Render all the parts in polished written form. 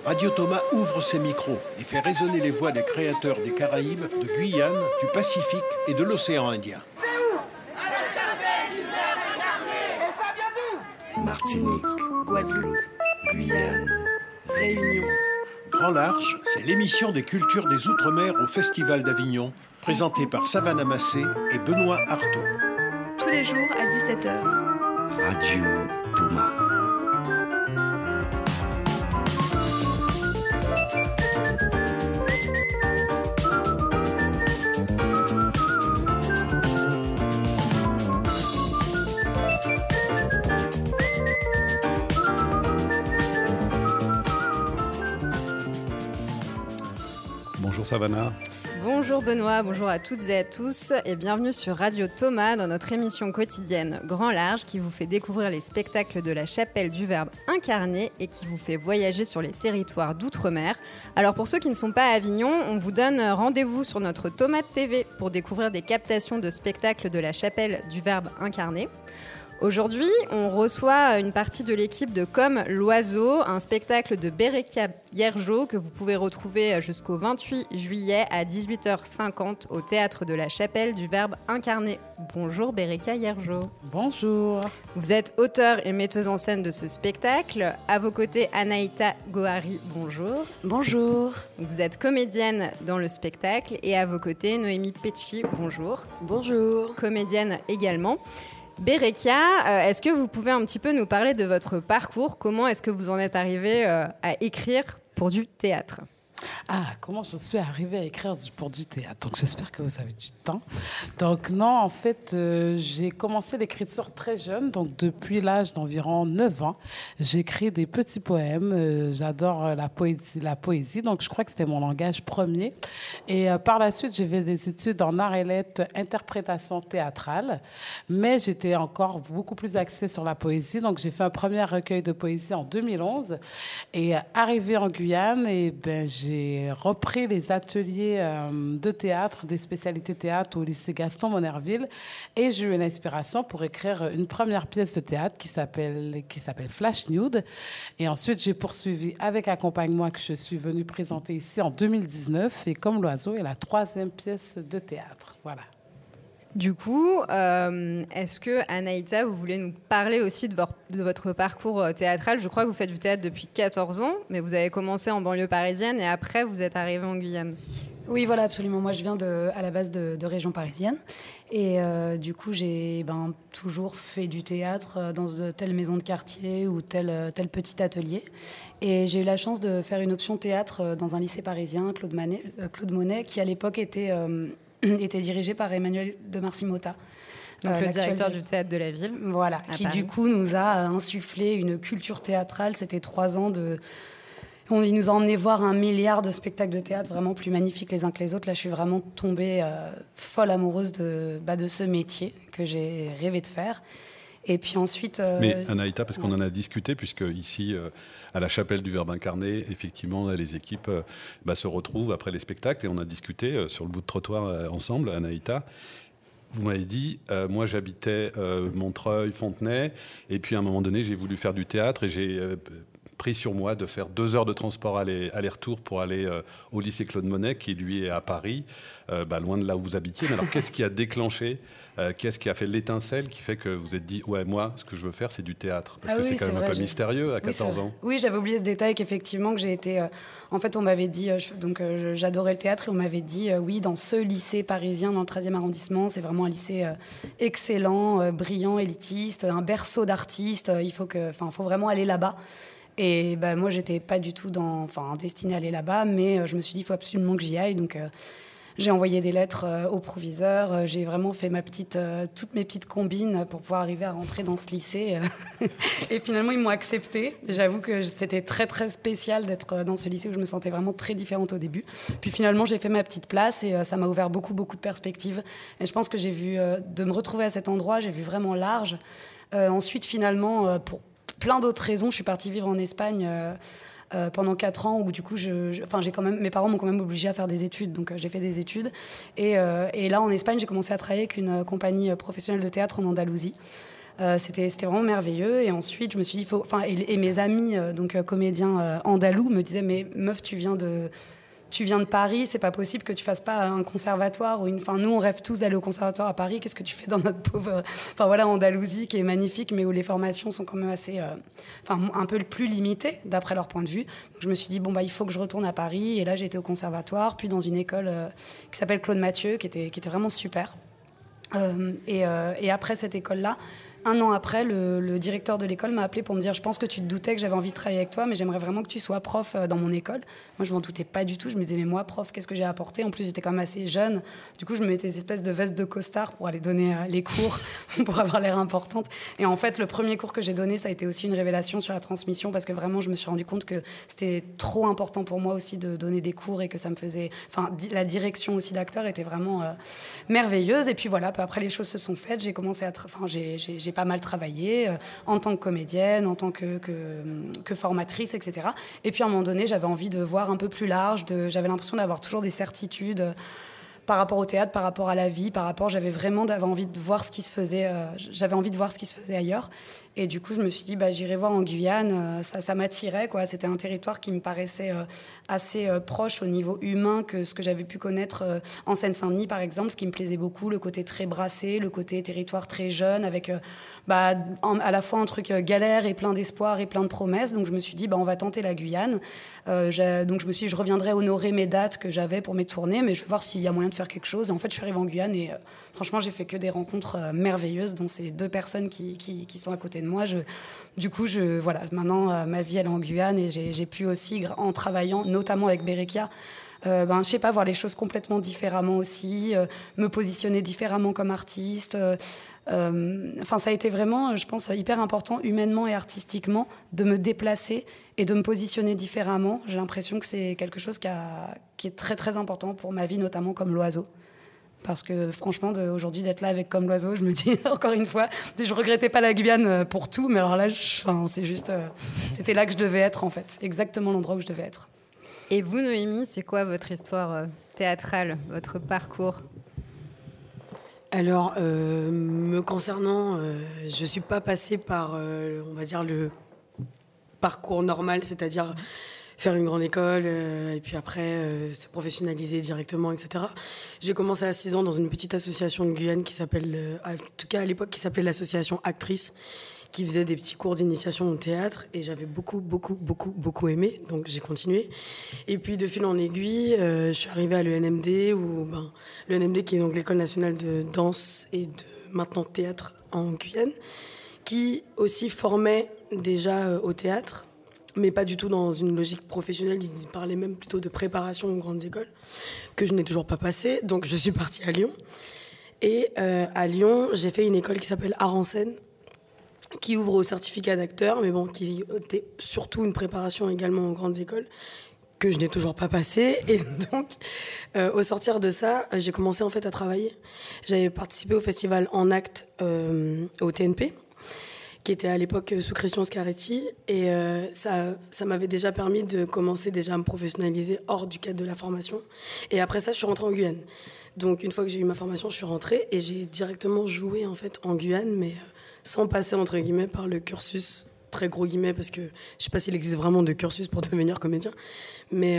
Radio Thomas ouvre ses micros et fait résonner les voix des créateurs des Caraïbes, de Guyane, du Pacifique et de l'océan Indien. C'est où? À la chapelle du Verbe incarné. Et ça vient d'où? Martinique, Guadeloupe, Guyane, Réunion. Grand Large, c'est l'émission des cultures des Outre-mer au Festival d'Avignon, présentée par Savannah Massé et Benoît Artaud. Tous les jours à 17h. Radio Thomas. Bonjour Savannah. Bonjour Benoît, bonjour à toutes et à tous et bienvenue sur Radio Thomas dans notre émission quotidienne Grand Large qui vous fait découvrir les spectacles de la chapelle du Verbe incarné et qui vous fait voyager sur les territoires d'outre-mer. Alors pour ceux qui ne sont pas à Avignon, on vous donne rendez-vous sur notre Tomate TV pour découvrir des captations de spectacles de la chapelle du Verbe incarné. Aujourd'hui, on reçoit une partie de l'équipe de Comme l'Oiseau, un spectacle de Bereka Yerjo que vous pouvez retrouver jusqu'au 28 juillet à 18h50 au Théâtre de la Chapelle du Verbe incarné. Bonjour Bereka Yerjo. Bonjour. Vous êtes auteure et metteuse en scène de ce spectacle. À vos côtés, Anaïta Gohari, bonjour. Bonjour. Vous êtes comédienne dans le spectacle et à vos côtés, Noémie Pecci, bonjour. Bonjour. Comédienne également. Bereka, est-ce que vous pouvez un petit peu nous parler de votre parcours? Comment est-ce que vous en êtes arrivée à écrire pour du théâtre? Comment je suis arrivée à écrire pour du théâtre. Donc, j'espère que vous avez du temps. Donc, non, en fait, j'ai commencé l'écriture très jeune. Donc, depuis l'âge d'environ 9 ans, j'écris des petits poèmes. J'adore la poésie. Donc, je crois que c'était mon langage premier. Et par la suite, j'ai fait des études en arts et lettres, interprétation théâtrale. Mais j'étais encore beaucoup plus axée sur la poésie. Donc, j'ai fait un premier recueil de poésie en 2011. Et arrivée en Guyane, j'ai repris les ateliers de théâtre, des spécialités théâtre au lycée Gaston Monnerville et j'ai eu une inspiration pour écrire une première pièce de théâtre qui s'appelle Flash Nude. Et ensuite, j'ai poursuivi avec Accompagne-moi que je suis venue présenter ici en 2019 et Comme l'Oiseau est la 3e pièce de théâtre. Voilà. Du coup, est-ce que, Anaïta, vous voulez nous parler aussi de votre parcours théâtral? Je crois que vous faites du théâtre depuis 14 ans, mais vous avez commencé en banlieue parisienne et après, vous êtes arrivée en Guyane. Oui, voilà, absolument. Moi, je viens à la base de région parisienne. Et du coup, j'ai toujours fait du théâtre dans de telle maison de quartier ou tel petit atelier. Et j'ai eu la chance de faire une option théâtre dans un lycée parisien, Claude Monet, qui à l'époque était dirigé par Emmanuel de Marcy-Motta. Donc le directeur du théâtre de la ville. Voilà, qui Paris. Du coup nous a insufflé une culture théâtrale. C'était 3 ans il nous a emmené voir 1 milliard de spectacles de théâtre vraiment plus magnifiques les uns que les autres. Là, je suis vraiment tombée folle amoureuse de ce métier que j'ai rêvé de faire. Et puis ensuite... Mais Anaïta, parce qu'on en a discuté, puisque ici, à la chapelle du Verbe incarné, effectivement, les équipes se retrouvent après les spectacles et on a discuté sur le bout de trottoir ensemble, Anaïta. Vous m'avez dit, moi j'habitais Montreuil, Fontenay, et puis à un moment donné, j'ai voulu faire du théâtre et j'ai... pris sur moi de faire 2 heures de transport aller-retour pour aller au lycée Claude Monet, qui lui est à Paris, loin de là où vous habitiez. Mais alors, qu'est-ce qui a déclenché, qu'est-ce qui a fait l'étincelle qui fait que vous êtes dit, ouais, moi, ce que je veux faire, c'est du théâtre? Parce que c'est quand même un peu mystérieux à 14 ans. Oui, j'avais oublié ce détail qu'effectivement, que j'ai été... en fait, on m'avait dit... j'adorais le théâtre et on m'avait dit, oui, dans ce lycée parisien, dans le 13e arrondissement, c'est vraiment un lycée excellent, brillant, élitiste, un berceau d'artistes. Il faut vraiment aller là-bas. Et moi, j'étais pas du tout destinée à aller là-bas, mais je me suis dit, il faut absolument que j'y aille. Donc, j'ai envoyé des lettres au proviseur. J'ai vraiment fait toutes mes petites combines pour pouvoir arriver à rentrer dans ce lycée. Et finalement, ils m'ont acceptée. J'avoue que c'était très, très spécial d'être dans ce lycée où je me sentais vraiment très différente au début. Puis finalement, j'ai fait ma petite place et ça m'a ouvert beaucoup, beaucoup de perspectives. Et je pense que j'ai vu, de me retrouver à cet endroit, j'ai vu vraiment large. Ensuite, finalement, pour plein d'autres raisons, je suis partie vivre en Espagne pendant 4 ans où du coup, mes parents m'ont quand même obligée à faire des études, donc j'ai fait des études. Et là, en Espagne, j'ai commencé à travailler avec une compagnie professionnelle de théâtre en Andalousie. C'était vraiment merveilleux. Et ensuite, je me suis dit, et mes amis, comédiens andalous, me disaient, mais meuf, tu viens de Paris, c'est pas possible que tu fasses pas un conservatoire ou nous, on rêve tous d'aller au conservatoire à Paris. Qu'est-ce que tu fais dans notre pauvre, Andalousie, qui est magnifique, mais où les formations sont quand même assez, un peu plus limitées d'après leur point de vue. Donc, je me suis dit, il faut que je retourne à Paris. Et là, j'ai été au conservatoire, puis dans une école qui s'appelle Claude Mathieu, qui était vraiment super. Et après cette école-là, un an après, le directeur de l'école m'a appelé pour me dire « Je pense que tu te doutais que j'avais envie de travailler avec toi, mais j'aimerais vraiment que tu sois prof dans mon école. » Moi, je m'en doutais pas du tout. Je me disais « Mais moi, prof, qu'est-ce que j'ai apporté ?» En plus, j'étais quand même assez jeune. Du coup, je me mettais des espèces de vestes de costard pour aller donner les cours, pour avoir l'air importante. Et en fait, le premier cours que j'ai donné, ça a été aussi une révélation sur la transmission, parce que vraiment, je me suis rendu compte que c'était trop important pour moi aussi de donner des cours et que ça me faisait... la direction aussi d'acteur était vraiment merveilleuse. Et puis voilà, peu après, les choses se sont faites. J'ai commencé à... j'ai pas mal travaillé en tant que comédienne, en tant que formatrice, etc. Et puis à un moment donné, j'avais envie de voir un peu plus large. J'avais l'impression d'avoir toujours des certitudes par rapport au théâtre, par rapport à la vie, j'avais vraiment envie de voir ce qui se faisait. J'avais envie de voir ce qui se faisait ailleurs. Et du coup, je me suis dit, j'irai voir en Guyane. Ça m'attirait, quoi. C'était un territoire qui me paraissait assez proche au niveau humain que ce que j'avais pu connaître en Seine-Saint-Denis, par exemple, ce qui me plaisait beaucoup, le côté très brassé, le côté territoire très jeune, avec à la fois un truc galère et plein d'espoir et plein de promesses. Donc je me suis dit, on va tenter la Guyane. Donc je me suis dit, je reviendrai honorer mes dates que j'avais pour mes tournées, mais je vais voir s'il y a moyen de faire quelque chose. Et en fait, je suis arrivée en Guyane et franchement, j'ai fait que des rencontres merveilleuses, dont ces 2 personnes qui sont à côté de moi. Maintenant, ma vie, elle est en Guyane et j'ai pu aussi, en travaillant, notamment avec Berekia, je sais pas, voir les choses complètement différemment aussi, me positionner différemment comme artiste. Ça a été vraiment, je pense, hyper important humainement et artistiquement de me déplacer et de me positionner différemment. J'ai l'impression que c'est quelque chose qui est très très important pour ma vie, notamment comme l'oiseau. Parce que franchement, aujourd'hui d'être là avec Comme l'oiseau, je me dis encore une fois, je regrettais pas la Guyane pour tout, mais alors là, c'est juste, c'était là que je devais être en fait, exactement l'endroit où je devais être. Et vous, Noémie, c'est quoi votre histoire théâtrale, votre parcours ? Alors, me concernant, je ne suis pas passée par, on va dire, le parcours normal, c'est-à-dire faire une grande école et puis après se professionnaliser directement, etc. J'ai commencé à 6 ans dans une petite association de Guyane qui s'appelle, en tout cas à l'époque, qui s'appelait l'association Actrice, qui faisait des petits cours d'initiation au théâtre et j'avais beaucoup aimé, donc j'ai continué. Et puis de fil en aiguille, je suis arrivée à l'ENMD, l'ENMD qui est donc l'École nationale de danse et de maintenant théâtre en Guyane, qui aussi formait déjà au théâtre, mais pas du tout dans une logique professionnelle. Ils parlaient même plutôt de préparation aux grandes écoles, que je n'ai toujours pas passée. Donc je suis partie à Lyon. Et à Lyon, j'ai fait une école qui s'appelle Art en scène, qui ouvre au certificat d'acteur, mais qui était surtout une préparation également aux grandes écoles, que je n'ai toujours pas passée. Et donc, au sortir de ça, j'ai commencé en fait à travailler. J'avais participé au festival En Acte au TNP, qui était à l'époque sous Christian Scaretti. Et ça m'avait déjà permis de commencer déjà à me professionnaliser hors du cadre de la formation. Et après ça, je suis rentrée en Guyane. Donc, une fois que j'ai eu ma formation, je suis rentrée et j'ai directement joué en fait en Guyane, mais sans passer entre guillemets par le cursus, très gros guillemets, parce que je ne sais pas s'il existe vraiment de cursus pour devenir comédien. Mais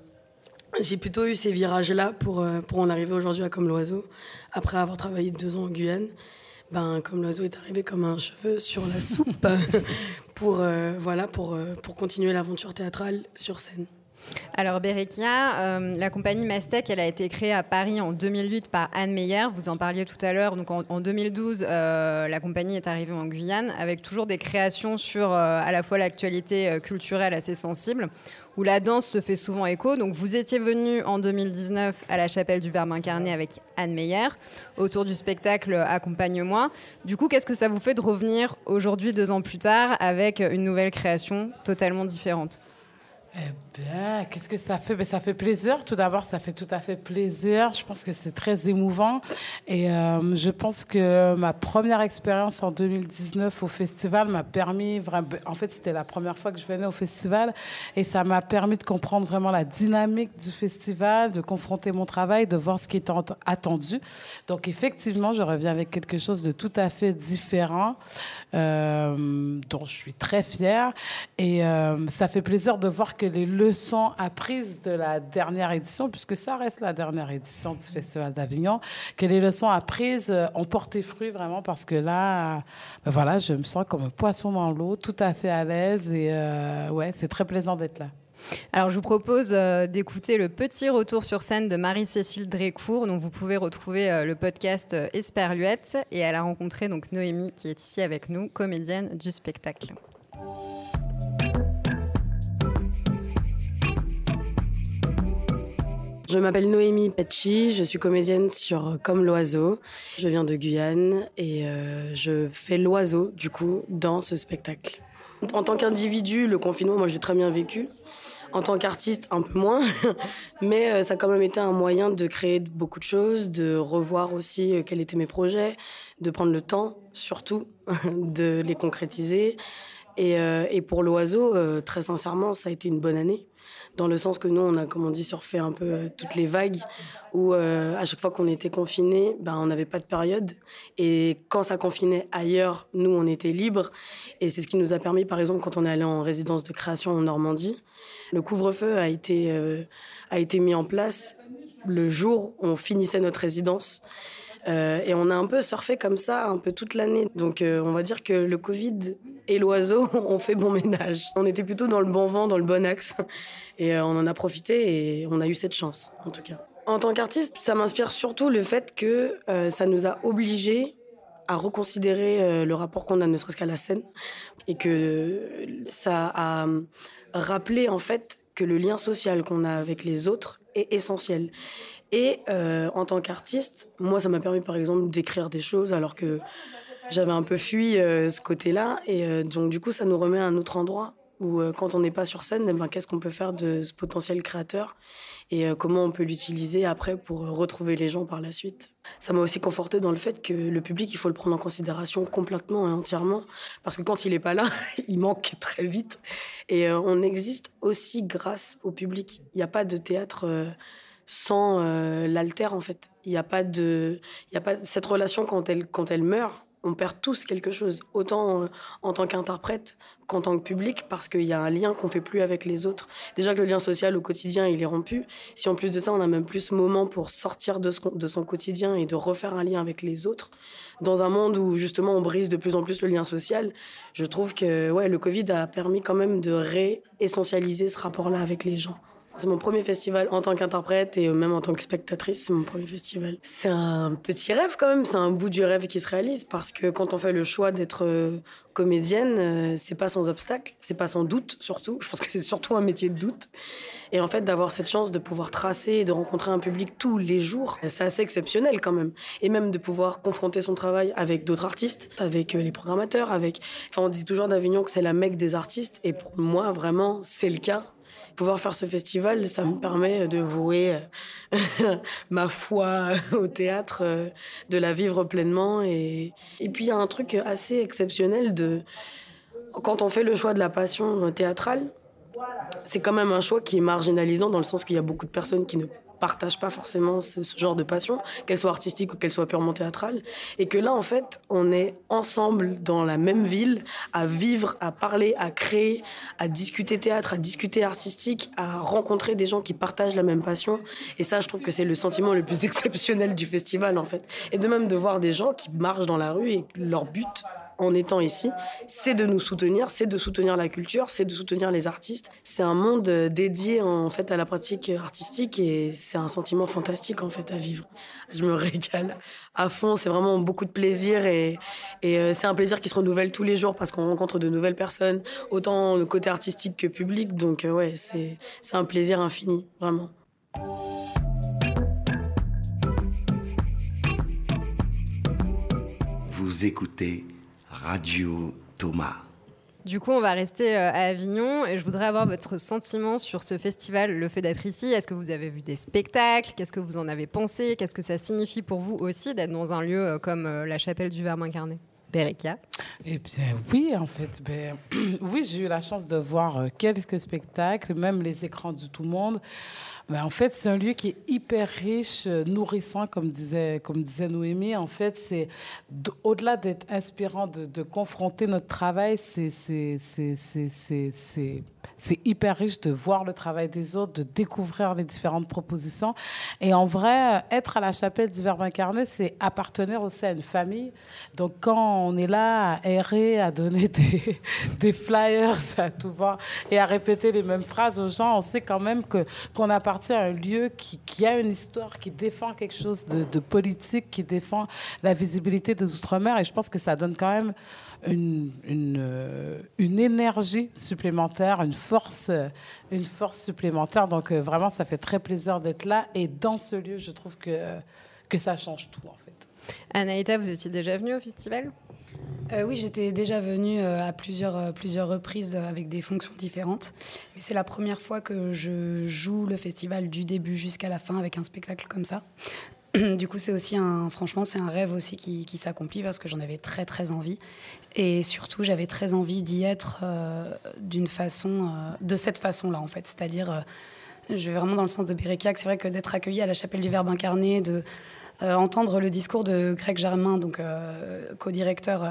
j'ai plutôt eu ces virages-là pour en arriver aujourd'hui à Comme l'oiseau, après avoir travaillé 2 ans en Guyane. Comme l'oiseau est arrivé comme un cheveu sur la soupe pour continuer l'aventure théâtrale sur scène. Alors Berekia, la compagnie Mastec, elle a été créée à Paris en 2008 par Anne Meyer. Vous en parliez tout à l'heure. Donc en 2012, la compagnie est arrivée en Guyane avec toujours des créations sur à la fois l'actualité culturelle assez sensible, où la danse se fait souvent écho. Donc vous étiez venu en 2019 à la Chapelle du Verbe incarné avec Anne Meyer autour du spectacle Accompagne-moi. Du coup, qu'est-ce que ça vous fait de revenir aujourd'hui, 2 ans plus tard, avec une nouvelle création totalement différente ? Eh bien, qu'est-ce que ça fait? Ça fait plaisir. Tout d'abord, ça fait tout à fait plaisir. Je pense que c'est très émouvant. Et je pense que ma première expérience en 2019 au festival m'a permis, en fait, c'était la première fois que je venais au festival. Et ça m'a permis de comprendre vraiment la dynamique du festival, de confronter mon travail, de voir ce qui était attendu. Donc, effectivement, je reviens avec quelque chose de tout à fait différent, dont je suis très fière. Et ça fait plaisir de voir que les leçons apprises de la dernière édition, puisque ça reste la dernière édition du Festival d'Avignon, que les leçons apprises ont porté fruit vraiment, parce que là, voilà, je me sens comme un poisson dans l'eau, tout à fait à l'aise, et ouais, c'est très plaisant d'être là. Alors, je vous propose d'écouter le petit retour sur scène de Marie-Cécile Drécourt, dont vous pouvez retrouver le podcast Esperluette, et elle a rencontré donc Noémie, qui est ici avec nous, comédienne du spectacle. Je m'appelle Noémie Petchi, je suis comédienne sur Comme l'oiseau. Je viens de Guyane et je fais l'oiseau, du coup, dans ce spectacle. En tant qu'individu, le confinement, moi, j'ai très bien vécu. En tant qu'artiste, un peu moins. Mais ça a quand même été un moyen de créer beaucoup de choses, de revoir aussi quels étaient mes projets, de prendre le temps, surtout, de les concrétiser. Et pour l'oiseau, très sincèrement, ça a été une bonne année. Dans le sens que nous, on a, comme on dit, surfé un peu toutes les vagues, où à chaque fois qu'on était confinés, on n'avait pas de période. Et quand ça confinait ailleurs, nous, on était libres. Et c'est ce qui nous a permis, par exemple, quand on est allé en résidence de création en Normandie, le couvre-feu a été mis en place le jour où on finissait notre résidence. Et on a un peu surfé comme ça, un peu toute l'année. Donc on va dire que le Covid et l'oiseau ont fait bon ménage. On était plutôt dans le bon vent, dans le bon axe. Et on en a profité et on a eu cette chance, en tout cas. En tant qu'artiste, ça m'inspire surtout le fait que ça nous a obligés à reconsidérer le rapport qu'on a, ne serait-ce qu'à la scène. Et que ça a rappelé, en fait, que le lien social qu'on a avec les autres est essentiel. Et en tant qu'artiste, moi, ça m'a permis, par exemple, d'écrire des choses alors que j'avais un peu fui ce côté-là. Et donc, du coup, ça nous remet à un autre endroit où, quand on n'est pas sur scène, qu'est-ce qu'on peut faire de ce potentiel créateur et comment on peut l'utiliser après pour retrouver les gens par la suite. Ça m'a aussi conforté dans le fait que le public, il faut le prendre en considération complètement et entièrement. Parce que quand il n'est pas là, il manque très vite. Et on existe aussi grâce au public. Il n'y a pas de théâtre... sans l'alter, en fait. Il n'y a pas cette relation quand elle meurt, on perd tous quelque chose, autant en tant qu'interprète qu'en tant que public, parce qu'il y a un lien qu'on ne fait plus avec les autres. Déjà que le lien social au quotidien, il est rompu. Si en plus de ça, on a même plus ce moment pour sortir de son quotidien et de refaire un lien avec les autres, dans un monde où justement on brise de plus en plus le lien social, je trouve que le Covid a permis quand même de réessentialiser ce rapport-là avec les gens. C'est mon premier festival en tant qu'interprète et même en tant que spectatrice, c'est mon premier festival. C'est un petit rêve quand même, c'est un bout du rêve qui se réalise parce que quand on fait le choix d'être comédienne, c'est pas sans obstacle, c'est pas sans doute surtout. Je pense que c'est surtout un métier de doute. Et en fait, d'avoir cette chance de pouvoir tracer et de rencontrer un public tous les jours, c'est assez exceptionnel quand même. Et même de pouvoir confronter son travail avec d'autres artistes, avec les programmateurs, on dit toujours d'Avignon que c'est la Mecque des artistes et pour moi, vraiment, c'est le cas. Pouvoir faire ce festival, ça me permet de vouer ma foi au théâtre, de la vivre pleinement. Et puis, il y a un truc assez exceptionnel quand on fait le choix de la passion théâtrale, c'est quand même un choix qui est marginalisant dans le sens qu'il y a beaucoup de personnes qui ne partagent pas forcément ce genre de passion, qu'elle soit artistique ou qu'elle soit purement théâtrale. Et que là, en fait, on est ensemble dans la même ville, à vivre, à parler, à créer, à discuter théâtre, à discuter artistique, à rencontrer des gens qui partagent la même passion. Et ça, je trouve que c'est le sentiment le plus exceptionnel du festival, en fait. Et de même de voir des gens qui marchent dans la rue et leur but, en étant ici, c'est de nous soutenir, c'est de soutenir la culture, c'est de soutenir les artistes. C'est un monde dédié en fait à la pratique artistique et c'est un sentiment fantastique en fait à vivre. Je me régale à fond, c'est vraiment beaucoup de plaisir et c'est un plaisir qui se renouvelle tous les jours parce qu'on rencontre de nouvelles personnes, autant le côté artistique que public. Donc c'est un plaisir infini, vraiment. Vous écoutez Radio Thomas. Du coup, on va rester à Avignon et je voudrais avoir votre sentiment sur ce festival, le fait d'être ici. Est-ce que vous avez vu des spectacles? Qu'est-ce que vous en avez pensé? Qu'est-ce que ça signifie pour vous aussi d'être dans un lieu comme la chapelle du Verbe incarné? Bereka? Eh bien, oui, en fait. Oui, j'ai eu la chance de voir quelques spectacles, même les écrans du tout monde. Mais en fait, c'est un lieu qui est hyper riche, nourrissant, comme disait Noémie. En fait, c'est au-delà d'être inspirant, de confronter notre travail, c'est hyper riche de voir le travail des autres, de découvrir les différentes propositions. Et en vrai, être à la chapelle du Verbe incarné, c'est appartenir aussi à une famille. Donc, quand on est là à errer, à donner des flyers à tout va et à répéter les mêmes phrases aux gens, on sait quand même qu'on appartient à un lieu qui a une histoire, qui défend quelque chose de politique, qui défend la visibilité des Outre-mer. Et je pense que ça donne quand même une énergie supplémentaire, une force supplémentaire. Donc vraiment, ça fait très plaisir d'être là. Et dans ce lieu, je trouve que ça change tout, en fait. Anaïta, vous étiez déjà venue au festival? Oui, j'étais déjà venue à plusieurs reprises avec des fonctions différentes. Mais c'est la première fois que je joue le festival du début jusqu'à la fin avec un spectacle comme ça. Du coup, c'est aussi franchement, c'est un rêve aussi qui s'accomplit parce que j'en avais très, très envie. Et surtout, j'avais très envie d'y être de cette façon-là, en fait. C'est-à-dire, je vais vraiment dans le sens de Bereka, que c'est vrai que d'être accueilli à la chapelle du Verbe incarné, entendre le discours de Greg Germain, donc co-directeur,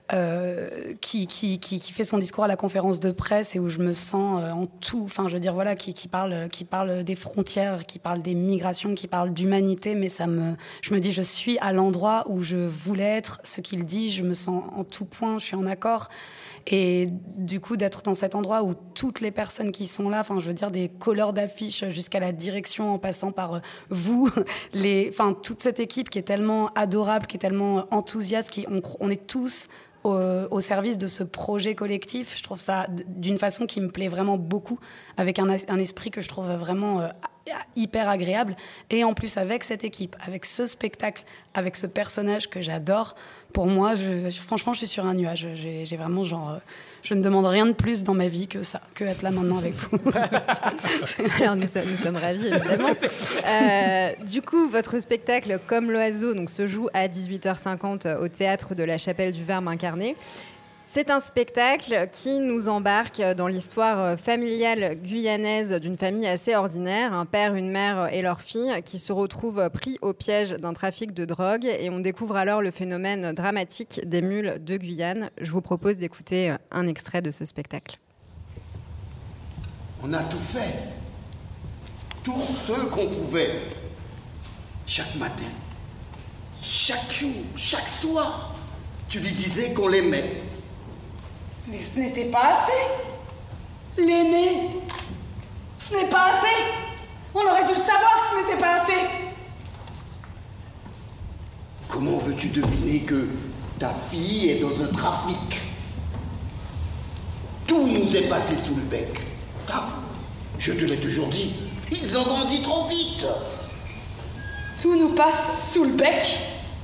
qui fait son discours à la conférence de presse et où je me sens en tout, enfin je veux dire voilà, qui parle des frontières, qui parle des migrations, qui parle d'humanité, mais je me dis je suis à l'endroit où je voulais être, ce qu'il dit, je me sens en tout point, je suis en accord. Et du coup, d'être dans cet endroit où toutes les personnes qui sont là, enfin, je veux dire, des colleurs d'affiches jusqu'à la direction, en passant par vous, toute cette équipe qui est tellement adorable, qui est tellement enthousiaste, on est tous au service de ce projet collectif. Je trouve ça d'une façon qui me plaît vraiment beaucoup, avec un esprit que je trouve vraiment hyper agréable. Et en plus, avec cette équipe, avec ce spectacle, avec ce personnage que j'adore, pour moi, franchement, je suis sur un nuage. J'ai vraiment je ne demande rien de plus dans ma vie que ça, que être là maintenant avec vous. Alors nous sommes ravis, évidemment. Du coup, votre spectacle Comme l'oiseau se joue à 18h50 au théâtre de la Chapelle du Verbe incarné. C'est un spectacle qui nous embarque dans l'histoire familiale guyanaise d'une famille assez ordinaire, un père, une mère et leur fille qui se retrouvent pris au piège d'un trafic de drogue et on découvre alors le phénomène dramatique des mules de Guyane. Je vous propose d'écouter un extrait de ce spectacle. On a tout fait, tout ce qu'on pouvait, chaque matin, chaque jour, chaque soir, tu lui disais qu'on l'aimait. Mais ce n'était pas assez. L'aimer, ce n'est pas assez. On aurait dû le savoir que ce n'était pas assez. Comment veux-tu deviner que ta fille est dans un trafic? Tout nous est passé sous le bec. Ah, je te l'ai toujours dit, ils ont grandi trop vite. Tout nous passe sous le bec.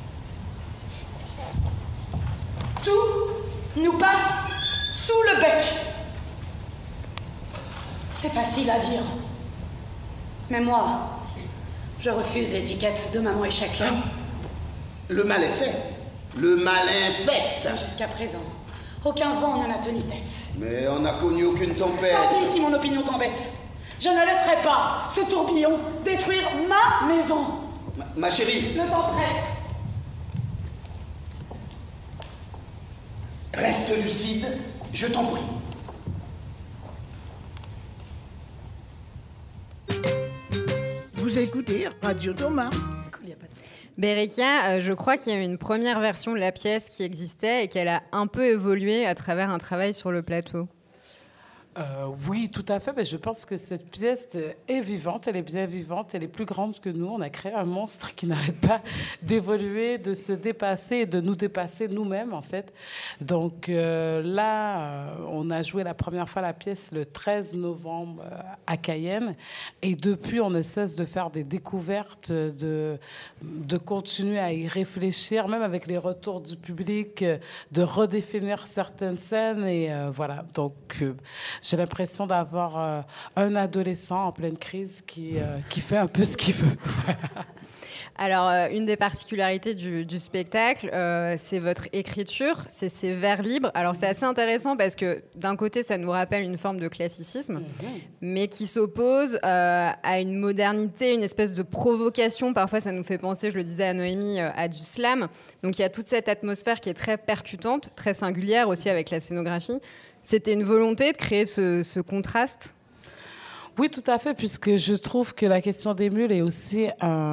Tout nous passe sous le bec. C'est facile à dire. Mais moi, je refuse l'étiquette de maman et chacun. Le mal est fait. Le malin fait. Jusqu'à présent, aucun vent ne m'a tenu tête. Mais on n'a connu aucune tempête. Tant pis si mon opinion t'embête. Je ne laisserai pas ce tourbillon détruire ma maison. Ma chérie. Le temps presse. Reste lucide, je t'en prie. Vous écoutez Radio Thomas. Bereka, je crois qu'il y a une première version de la pièce qui existait et qu'elle a un peu évolué à travers un travail sur le plateau. Oui, tout à fait. Mais je pense que cette pièce est vivante, elle est bien vivante, elle est plus grande que nous. On a créé un monstre qui n'arrête pas d'évoluer, de se dépasser et de nous dépasser nous-mêmes, en fait. Donc on a joué la première fois la pièce le 13 novembre à Cayenne. Et depuis, on ne cesse de faire des découvertes, de continuer à y réfléchir, même avec les retours du public, de redéfinir certaines scènes. Et voilà, donc... j'ai l'impression d'avoir un adolescent en pleine crise qui fait un peu ce qu'il veut. Alors, une des particularités du spectacle, c'est votre écriture, c'est ces vers libres. Alors, c'est assez intéressant parce que d'un côté, ça nous rappelle une forme de classicisme, mais qui s'oppose à une modernité, une espèce de provocation. Parfois, ça nous fait penser, je le disais à Noémie, à du slam. Donc, il y a toute cette atmosphère qui est très percutante, très singulière aussi avec la scénographie. C'était une volonté de créer ce contraste ? Oui, tout à fait, puisque je trouve que la question des mules est aussi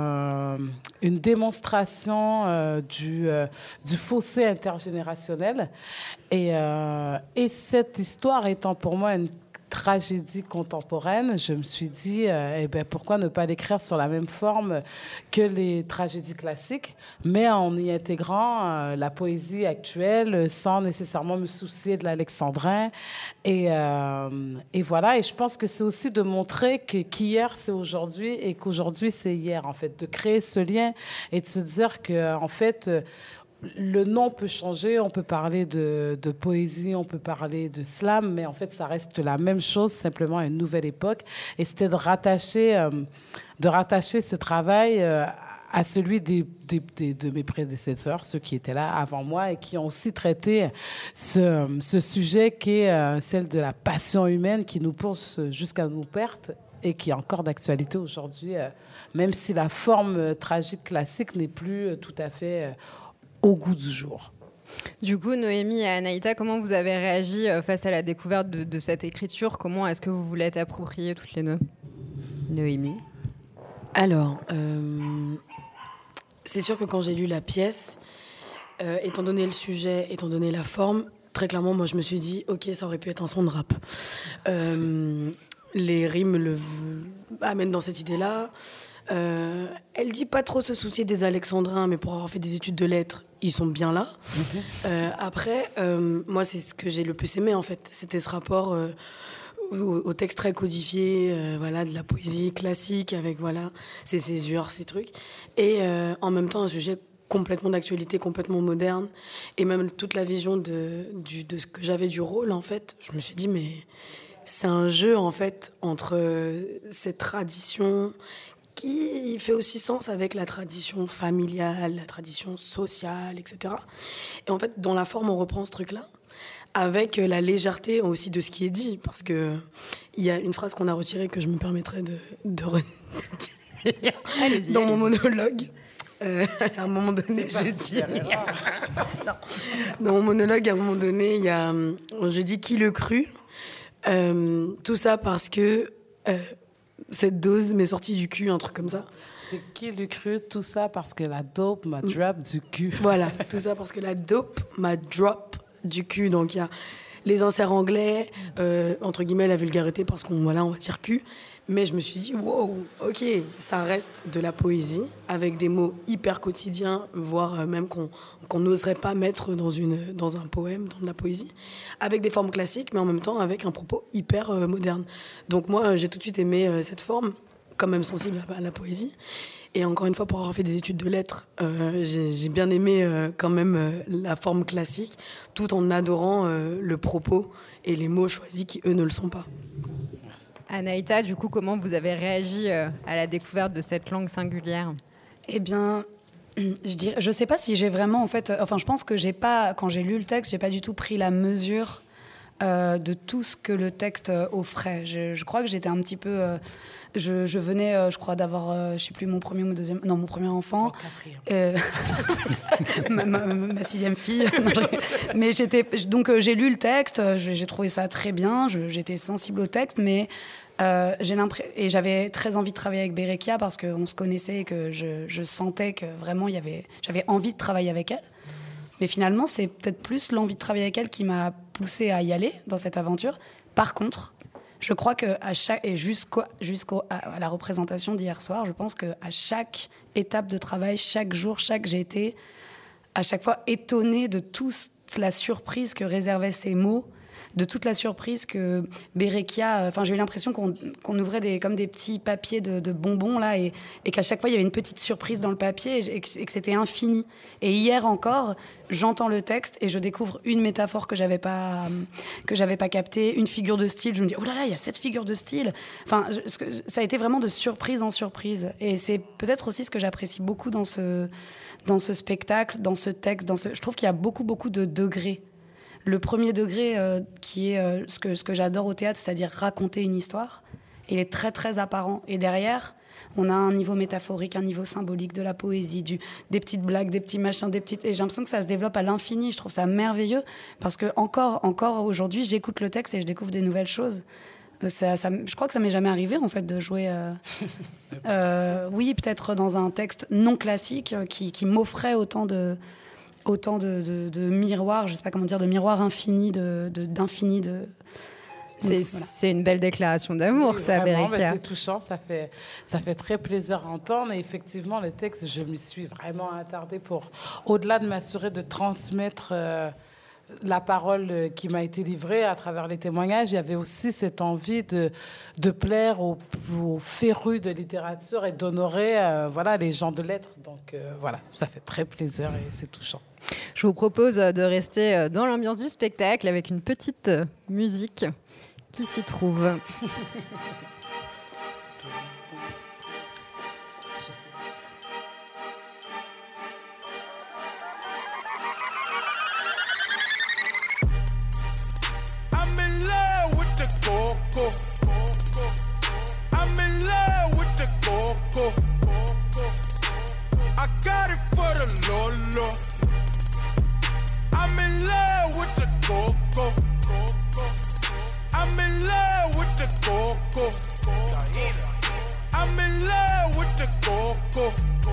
une démonstration du fossé intergénérationnel. Et cette histoire étant pour moi une tragédie contemporaine, je me suis dit, pourquoi ne pas l'écrire sur la même forme que les tragédies classiques, mais en y intégrant la poésie actuelle sans nécessairement me soucier de l'alexandrin. Et voilà, et je pense que c'est aussi de montrer qu'hier c'est aujourd'hui et qu'aujourd'hui c'est hier, en fait, de créer ce lien et de se dire que, en fait, le nom peut changer, on peut parler de poésie, on peut parler de slam, mais en fait, ça reste la même chose, simplement à une nouvelle époque. Et c'était de rattacher ce travail à celui de mes prédécesseurs, ceux qui étaient là avant moi et qui ont aussi traité ce sujet qui est celle de la passion humaine qui nous pousse jusqu'à nos pertes et qui est encore d'actualité aujourd'hui, même si la forme tragique classique n'est plus tout à fait au goût du jour. Du coup, Noémie et Anaïta, comment vous avez réagi face à la découverte de cette écriture ? Comment est-ce que vous vous l'êtes appropriée toutes les deux ? Noémie ? Alors, c'est sûr que quand j'ai lu la pièce, étant donné le sujet, étant donné la forme, très clairement, moi, je me suis dit, OK, ça aurait pu être un son de rap. Les rimes amènent dans cette idée-là. Elle dit pas trop se soucier des alexandrins, mais pour avoir fait des études de lettres, ils sont bien là. Après, moi, c'est ce que j'ai le plus aimé, en fait. C'était ce rapport au texte très codifié, voilà, de la poésie classique, avec voilà, ses césures, ses trucs. Et en même temps, un sujet complètement d'actualité, complètement moderne. Et même toute la vision de ce que j'avais du rôle, en fait, je me suis dit, mais c'est un jeu, en fait, entre cette tradition qui fait aussi sens avec la tradition familiale, la tradition sociale, etc. Et en fait, dans la forme, on reprend ce truc-là, avec la légèreté aussi de ce qui est dit, parce qu'il y a une phrase qu'on a retirée que je me permettrais de redire dans mon monologue. À un moment donné, dans mon monologue, à un moment donné, je dis qui le crut. Tout ça parce que cette dose m'est sortie du cul, un truc comme ça. C'est qui le cru, tout ça parce que la dope m'a drop du cul. Voilà, tout ça parce que la dope m'a drop du cul. Donc il y a les inserts anglais, entre guillemets la vulgarité parce qu'on va dire cul. Mais je me suis dit, wow, ok, ça reste de la poésie avec des mots hyper quotidiens, voire même qu'on n'oserait pas mettre dans un poème, dans de la poésie, avec des formes classiques, mais en même temps avec un propos hyper moderne. Donc moi, j'ai tout de suite aimé cette forme, quand même sensible à la poésie. Et encore une fois, pour avoir fait des études de lettres, j'ai bien aimé quand même la forme classique, tout en adorant le propos et les mots choisis qui, eux, ne le sont pas. Anaïta, du coup, comment vous avez réagi à la découverte de cette langue singulière ? Eh bien, je sais pas si j'ai vraiment, en fait... Enfin, je pense que quand j'ai lu le texte, j'ai pas du tout pris la mesure de tout ce que le texte offrait. Je crois que j'étais un petit peu... Je venais, je crois, d'avoir, je sais plus, mon premier ou mon deuxième... Non, mon premier enfant. Ma sixième fille. Mais donc, j'ai lu le texte, j'ai trouvé ça très bien, j'étais sensible au texte, mais et j'avais très envie de travailler avec Berekia parce qu'on se connaissait et que je sentais que vraiment, j'avais envie de travailler avec elle. Mais finalement, c'est peut-être plus l'envie de travailler avec elle qui m'a poussée à y aller dans cette aventure. Par contre, je crois que à la représentation d'hier soir, je pense qu'à chaque étape de travail, chaque jour, j'ai été à chaque fois étonnée de toute la surprise que réservaient ces mots, de toute la surprise que Berekia... Enfin, j'ai eu l'impression qu'on ouvrait comme des petits papiers de bonbons, là, et qu'à chaque fois, il y avait une petite surprise dans le papier et que c'était infini. Et hier encore, j'entends le texte et je découvre une métaphore que j'avais pas captée, une figure de style. Je me dis, oh là là, il y a cette figure de style. Enfin, ça a été vraiment de surprise en surprise. Et c'est peut-être aussi ce que j'apprécie beaucoup dans ce spectacle, dans ce texte. Je trouve qu'il y a beaucoup, beaucoup de degrés. Le premier degré, qui est ce que j'adore au théâtre, c'est-à-dire raconter une histoire, il est très, très apparent. Et derrière, on a un niveau métaphorique, un niveau symbolique, de la poésie, des petites blagues, des petits machins, et j'ai l'impression que ça se développe à l'infini. Je trouve ça merveilleux, parce que encore aujourd'hui, j'écoute le texte et je découvre des nouvelles choses. Je crois que ça m'est jamais arrivé, en fait, de jouer... oui, peut-être dans un texte non classique qui m'offrait autant de miroirs, je sais pas comment dire, de miroirs infinis, d'infini. C'est une belle déclaration d'amour, oui, ça, Berekia. C'est touchant, ça fait très plaisir à entendre. Et effectivement, le texte, je m'y suis vraiment attardée pour, au-delà de m'assurer de transmettre la parole qui m'a été livrée à travers les témoignages, il y avait aussi cette envie de plaire aux férus de littérature et d'honorer les gens de lettres. Donc ça fait très plaisir et c'est touchant. Je vous propose de rester dans l'ambiance du spectacle avec une petite musique qui s'y trouve. Coco. I'm in love with the coco. I got it for the Lolo. I'm in love with the coco. I'm in love with the coco. I'm in love with the coco.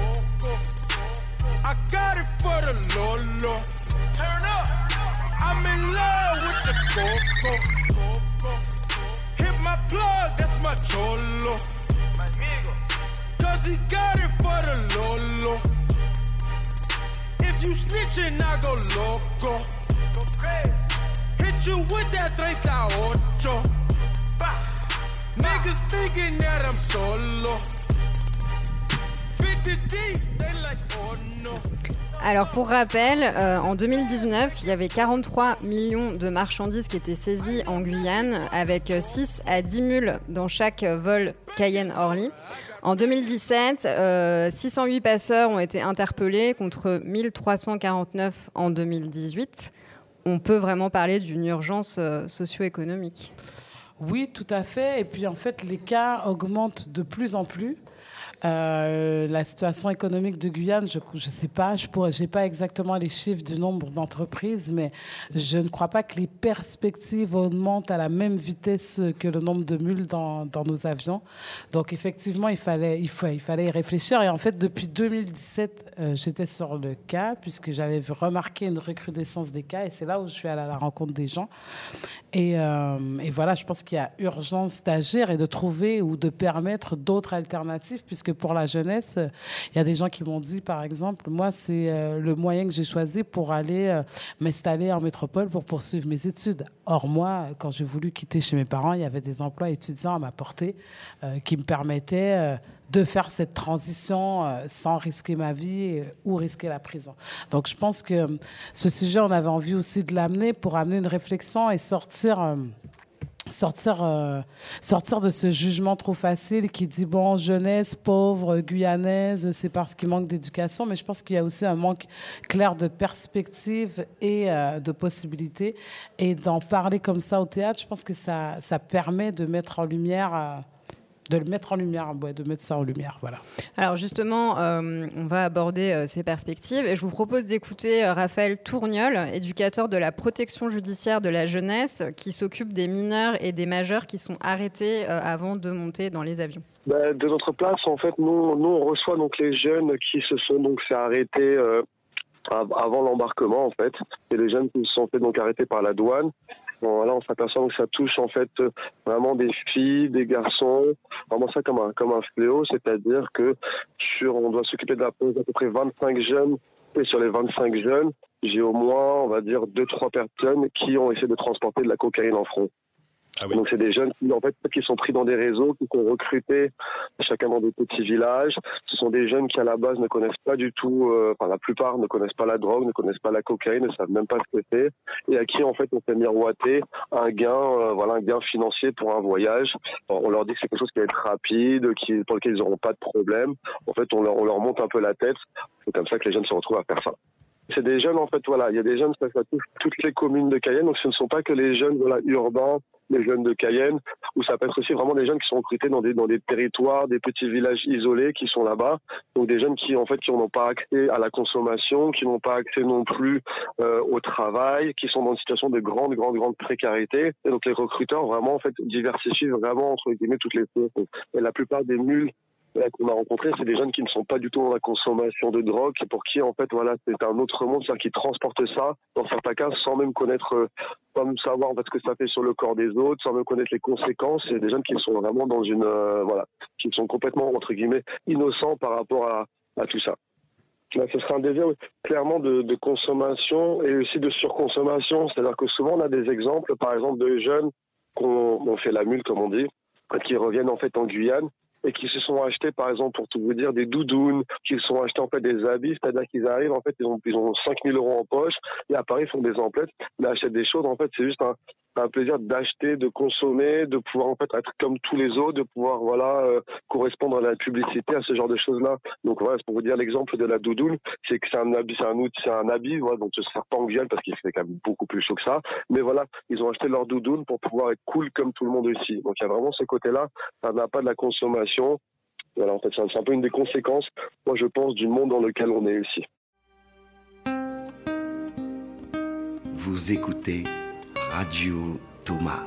I got it for the Lolo. Turn up. I'm in love with the coco. Hit my plug, that's my cholo. Cause he got it for the Lolo. If you snitchin', I go loco. Hit you with that 38. Niggas thinking that I'm solo. 50 deep, they like, oh no. Alors pour rappel, en 2019, il y avait 43 millions de marchandises qui étaient saisies en Guyane, avec 6 à 10 mules dans chaque vol Cayenne-Orly. En 2017, 608 passeurs ont été interpellés contre 1349 en 2018. On peut vraiment parler d'une urgence socio-économique. Oui, tout à fait. Et puis en fait, les cas augmentent de plus en plus. La situation économique de Guyane, je sais pas, j'ai pas exactement les chiffres du nombre d'entreprises, mais je ne crois pas que les perspectives augmentent à la même vitesse que le nombre de mules dans nos avions. Donc effectivement, il fallait y réfléchir. Et en fait, depuis 2017, j'étais sur le cas, puisque j'avais remarqué une recrudescence des cas, et c'est là où je suis allée à la rencontre des gens. Et voilà, je pense qu'il y a urgence d'agir et de trouver ou de permettre d'autres alternatives, puisque pour la jeunesse, il y a des gens qui m'ont dit, par exemple, moi, c'est le moyen que j'ai choisi pour aller m'installer en métropole pour poursuivre mes études. Or, moi, quand j'ai voulu quitter chez mes parents, il y avait des emplois étudiants à ma portée qui me permettaient de faire cette transition sans risquer ma vie ou risquer la prison. Donc, je pense que ce sujet, on avait envie aussi de l'amener pour amener une réflexion et sortir de ce jugement trop facile qui dit, bon, jeunesse pauvre, guyanaise, c'est parce qu'il manque d'éducation, mais je pense qu'il y a aussi un manque clair de perspective et de possibilités. Et d'en parler comme ça au théâtre, je pense que ça permet de mettre en lumière... de mettre ça en lumière, voilà. Alors justement, on va aborder ces perspectives et je vous propose d'écouter Raphaël Tourniol, éducateur de la protection judiciaire de la jeunesse, qui s'occupe des mineurs et des majeurs qui sont arrêtés avant de monter dans les avions. De notre place, en fait, nous on reçoit donc les jeunes qui se sont donc fait arrêter avant l'embarquement, en fait. C'est les jeunes qui se sont fait donc arrêter par la douane. Voilà, on s'aperçoit que ça touche en fait vraiment des filles, des garçons, vraiment ça comme un fléau, c'est-à-dire que on doit s'occuper d'à peu près 25 jeunes, et sur les 25 jeunes, j'ai au moins, on va dire, 2-3 personnes qui ont essayé de transporter de la cocaïne en front. Ah oui. Donc c'est des jeunes qui sont pris dans des réseaux, qui sont recrutés chacun dans des petits villages. Ce sont des jeunes qui à la base ne connaissent pas du tout, la plupart ne connaissent pas la drogue, ne connaissent pas la cocaïne, ne savent même pas ce que c'est, et à qui en fait on fait miroiter un gain financier pour un voyage. On leur dit que c'est quelque chose qui va être rapide, pour lequel ils n'auront pas de problème. En fait on leur monte un peu la tête. C'est comme ça que les jeunes se retrouvent à faire ça. C'est des jeunes, en fait, il y a des jeunes, ça touche toutes les communes de Cayenne, donc ce ne sont pas que les jeunes urbains, les jeunes de Cayenne, ou ça peut être aussi vraiment des jeunes qui sont recrutés dans des territoires, des petits villages isolés qui sont là-bas, donc des jeunes qui n'ont pas accès à la consommation, qui n'ont pas accès non plus au travail, qui sont dans une situation de grande précarité, et donc les recruteurs vraiment, en fait, diversifient vraiment, entre guillemets, toutes les choses. Et la plupart des mules qu'on a rencontrés, c'est des jeunes qui ne sont pas du tout dans la consommation de drogue, pour qui en fait c'est un autre monde, c'est-à-dire qu'ils transportent ça dans certains cas sans même connaître, sans même savoir en fait ce que ça fait sur le corps des autres, sans même connaître les conséquences. C'est des jeunes qui sont vraiment dans une qui sont complètement entre guillemets innocents par rapport à tout ça. Là, ce sera un désir clairement de consommation et aussi de surconsommation, c'est-à-dire que souvent on a des exemples, par exemple, de jeunes qu'on fait la mule comme on dit, qui reviennent en fait en Guyane et qui se sont achetés, par exemple, pour tout vous dire, des doudounes, qui se sont achetés en fait des habits, c'est-à-dire qu'ils arrivent, en fait, ils ont 5 000 € en poche, et à Paris, ils font des emplettes, ils achètent des choses, en fait, c'est juste un plaisir d'acheter, de consommer, de pouvoir en fait être comme tous les autres, de pouvoir correspondre à la publicité, à ce genre de choses-là. Donc voilà, c'est pour vous dire l'exemple de la doudoune, c'est que c'est un habit, voilà, donc ce sera pas en Guyane parce qu'il fait quand même beaucoup plus chaud que ça, mais voilà, ils ont acheté leur doudoune pour pouvoir être cool comme tout le monde ici. Donc il y a vraiment ce côté-là, ça n'a pas de la consommation. Voilà, en fait, c'est un peu une des conséquences, moi je pense, du monde dans lequel on est ici. Vous écoutez Radio Thomas.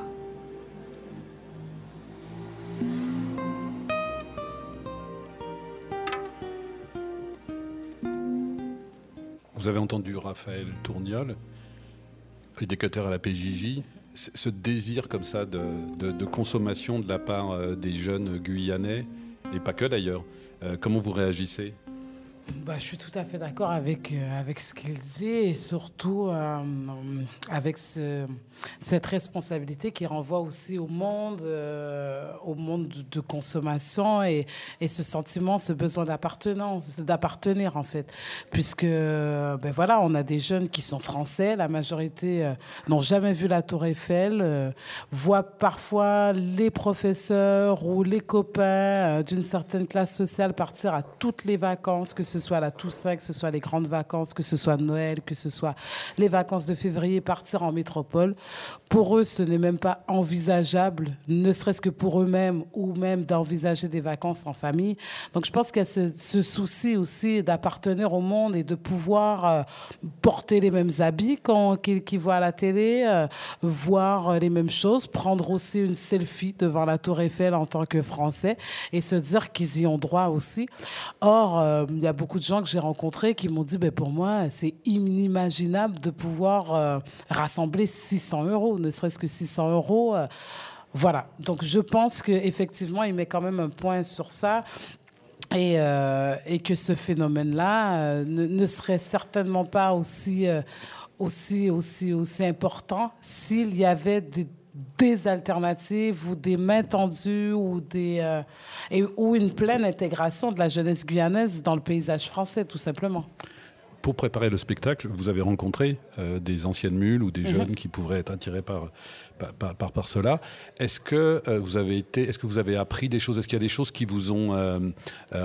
Vous avez entendu Raphaël Tourniol, éducateur à la PJJ. Ce désir comme ça de consommation de la part des jeunes Guyanais, et pas que d'ailleurs. Comment vous réagissez ? Je suis tout à fait d'accord avec ce qu'il dit, et surtout avec cette responsabilité qui renvoie aussi au monde de consommation et ce sentiment, ce besoin d'appartenir en fait. Puisque on a des jeunes qui sont français, la majorité n'ont jamais vu la Tour Eiffel, voient parfois les professeurs ou les copains d'une certaine classe sociale partir à toutes les vacances, que ce soit la Toussaint, que ce soit les grandes vacances, que ce soit Noël, que ce soit les vacances de février, partir en métropole. Pour eux, ce n'est même pas envisageable, ne serait-ce que pour eux-mêmes, ou même d'envisager des vacances en famille. Donc je pense qu'il y a ce souci aussi d'appartenir au monde et de pouvoir porter les mêmes habits qu'ils voient à la télé, voir les mêmes choses, prendre aussi une selfie devant la Tour Eiffel en tant que Français et se dire qu'ils y ont droit aussi. Or, il y a beaucoup de gens que j'ai rencontrés qui m'ont dit pour moi, c'est inimaginable de pouvoir rassembler 600 €, ne serait-ce que 600 €. Voilà. Donc, je pense qu'effectivement, il met quand même un point sur ça. Et que ce phénomène-là ne serait certainement pas aussi important s'il y avait des alternatives ou des mains tendues ou une pleine intégration de la jeunesse guyanaise dans le paysage français, tout simplement. Pour préparer le spectacle, vous avez rencontré des anciennes mules ou des jeunes qui pourraient être attirés par cela. Est-ce que vous avez appris des choses ? Est-ce qu'il y a des choses qui vous ont renversé ?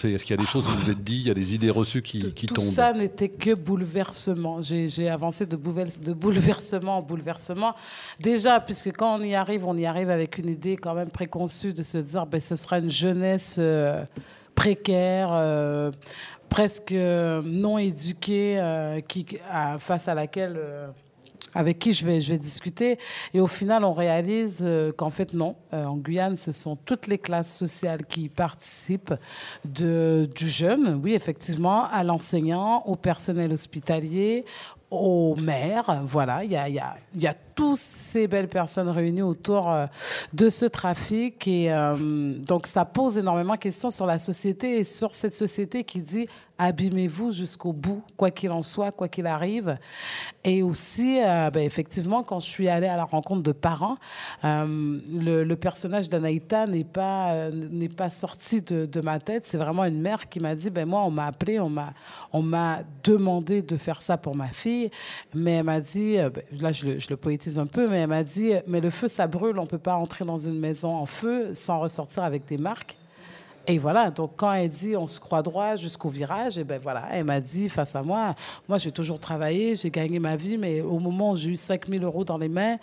Est-ce qu'il y a des choses que vous vous êtes dit ? Il y a des idées reçues qui tombent ? Tout ça n'était que bouleversement. J'ai avancé de bouleversement en bouleversement. Déjà, puisque quand on y arrive avec une idée quand même préconçue de se dire ce sera une jeunesse précaire, presque non éduquée, face à laquelle... avec qui je vais discuter. Et au final, on réalise qu'en fait, non. En Guyane, ce sont toutes les classes sociales qui participent, du jeune, oui, effectivement, à l'enseignant, au personnel hospitalier, aux maires. Voilà, il y a toutes ces belles personnes réunies autour de ce trafic. Et donc, ça pose énormément de questions sur la société et sur cette société qui dit abîmez-vous jusqu'au bout, quoi qu'il en soit, quoi qu'il arrive. Et aussi, effectivement, quand je suis allée à la rencontre de parents, le personnage d'Anaïta n'est pas sorti de ma tête. C'est vraiment une mère qui m'a dit, moi, on m'a appelé, on m'a demandé de faire ça pour ma fille, mais elle m'a dit, là, je le poétise un peu, mais elle m'a dit, mais le feu, ça brûle, on ne peut pas entrer dans une maison en feu sans ressortir avec des marques. Et voilà, donc quand elle dit on se croit droit jusqu'au virage, et voilà, elle m'a dit face à moi, j'ai toujours travaillé, j'ai gagné ma vie, mais au moment où j'ai eu 5 000 € dans les mains,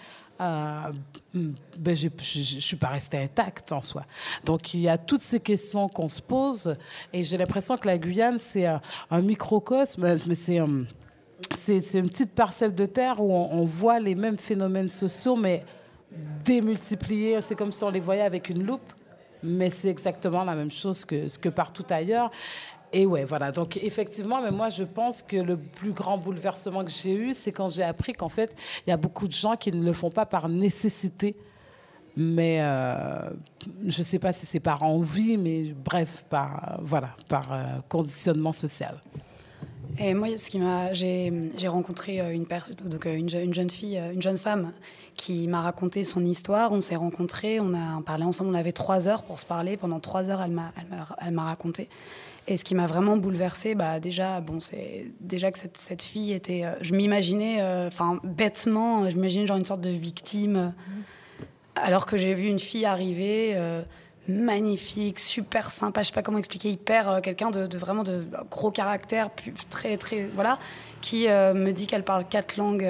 je suis pas restée intacte en soi. Donc il y a toutes ces questions qu'on se pose, et j'ai l'impression que la Guyane, c'est un microcosme, mais c'est une petite parcelle de terre où on voit les mêmes phénomènes sociaux, mais démultipliés. C'est comme si on les voyait avec une loupe. Mais c'est exactement la même chose que partout ailleurs. Et ouais, voilà. Donc, effectivement, mais moi, je pense que le plus grand bouleversement que j'ai eu, c'est quand j'ai appris qu'en fait, il y a beaucoup de gens qui ne le font pas par nécessité, mais je ne sais pas si c'est par envie, mais bref, par conditionnement social. Et moi, j'ai rencontré une jeune fille, une jeune femme qui m'a raconté son histoire. On s'est rencontrés, on a parlé ensemble. On avait 3 heures pour se parler. Pendant 3 heures, elle m'a raconté. Et ce qui m'a vraiment bouleversée, c'est déjà que cette fille était. Je m'imaginais, bêtement, je m'imaginais genre une sorte de victime. Alors que j'ai vu une fille arriver. Magnifique, super sympa, je sais pas comment expliquer, quelqu'un de vraiment de gros caractère, très très voilà, qui me dit qu'elle parle 4 langues,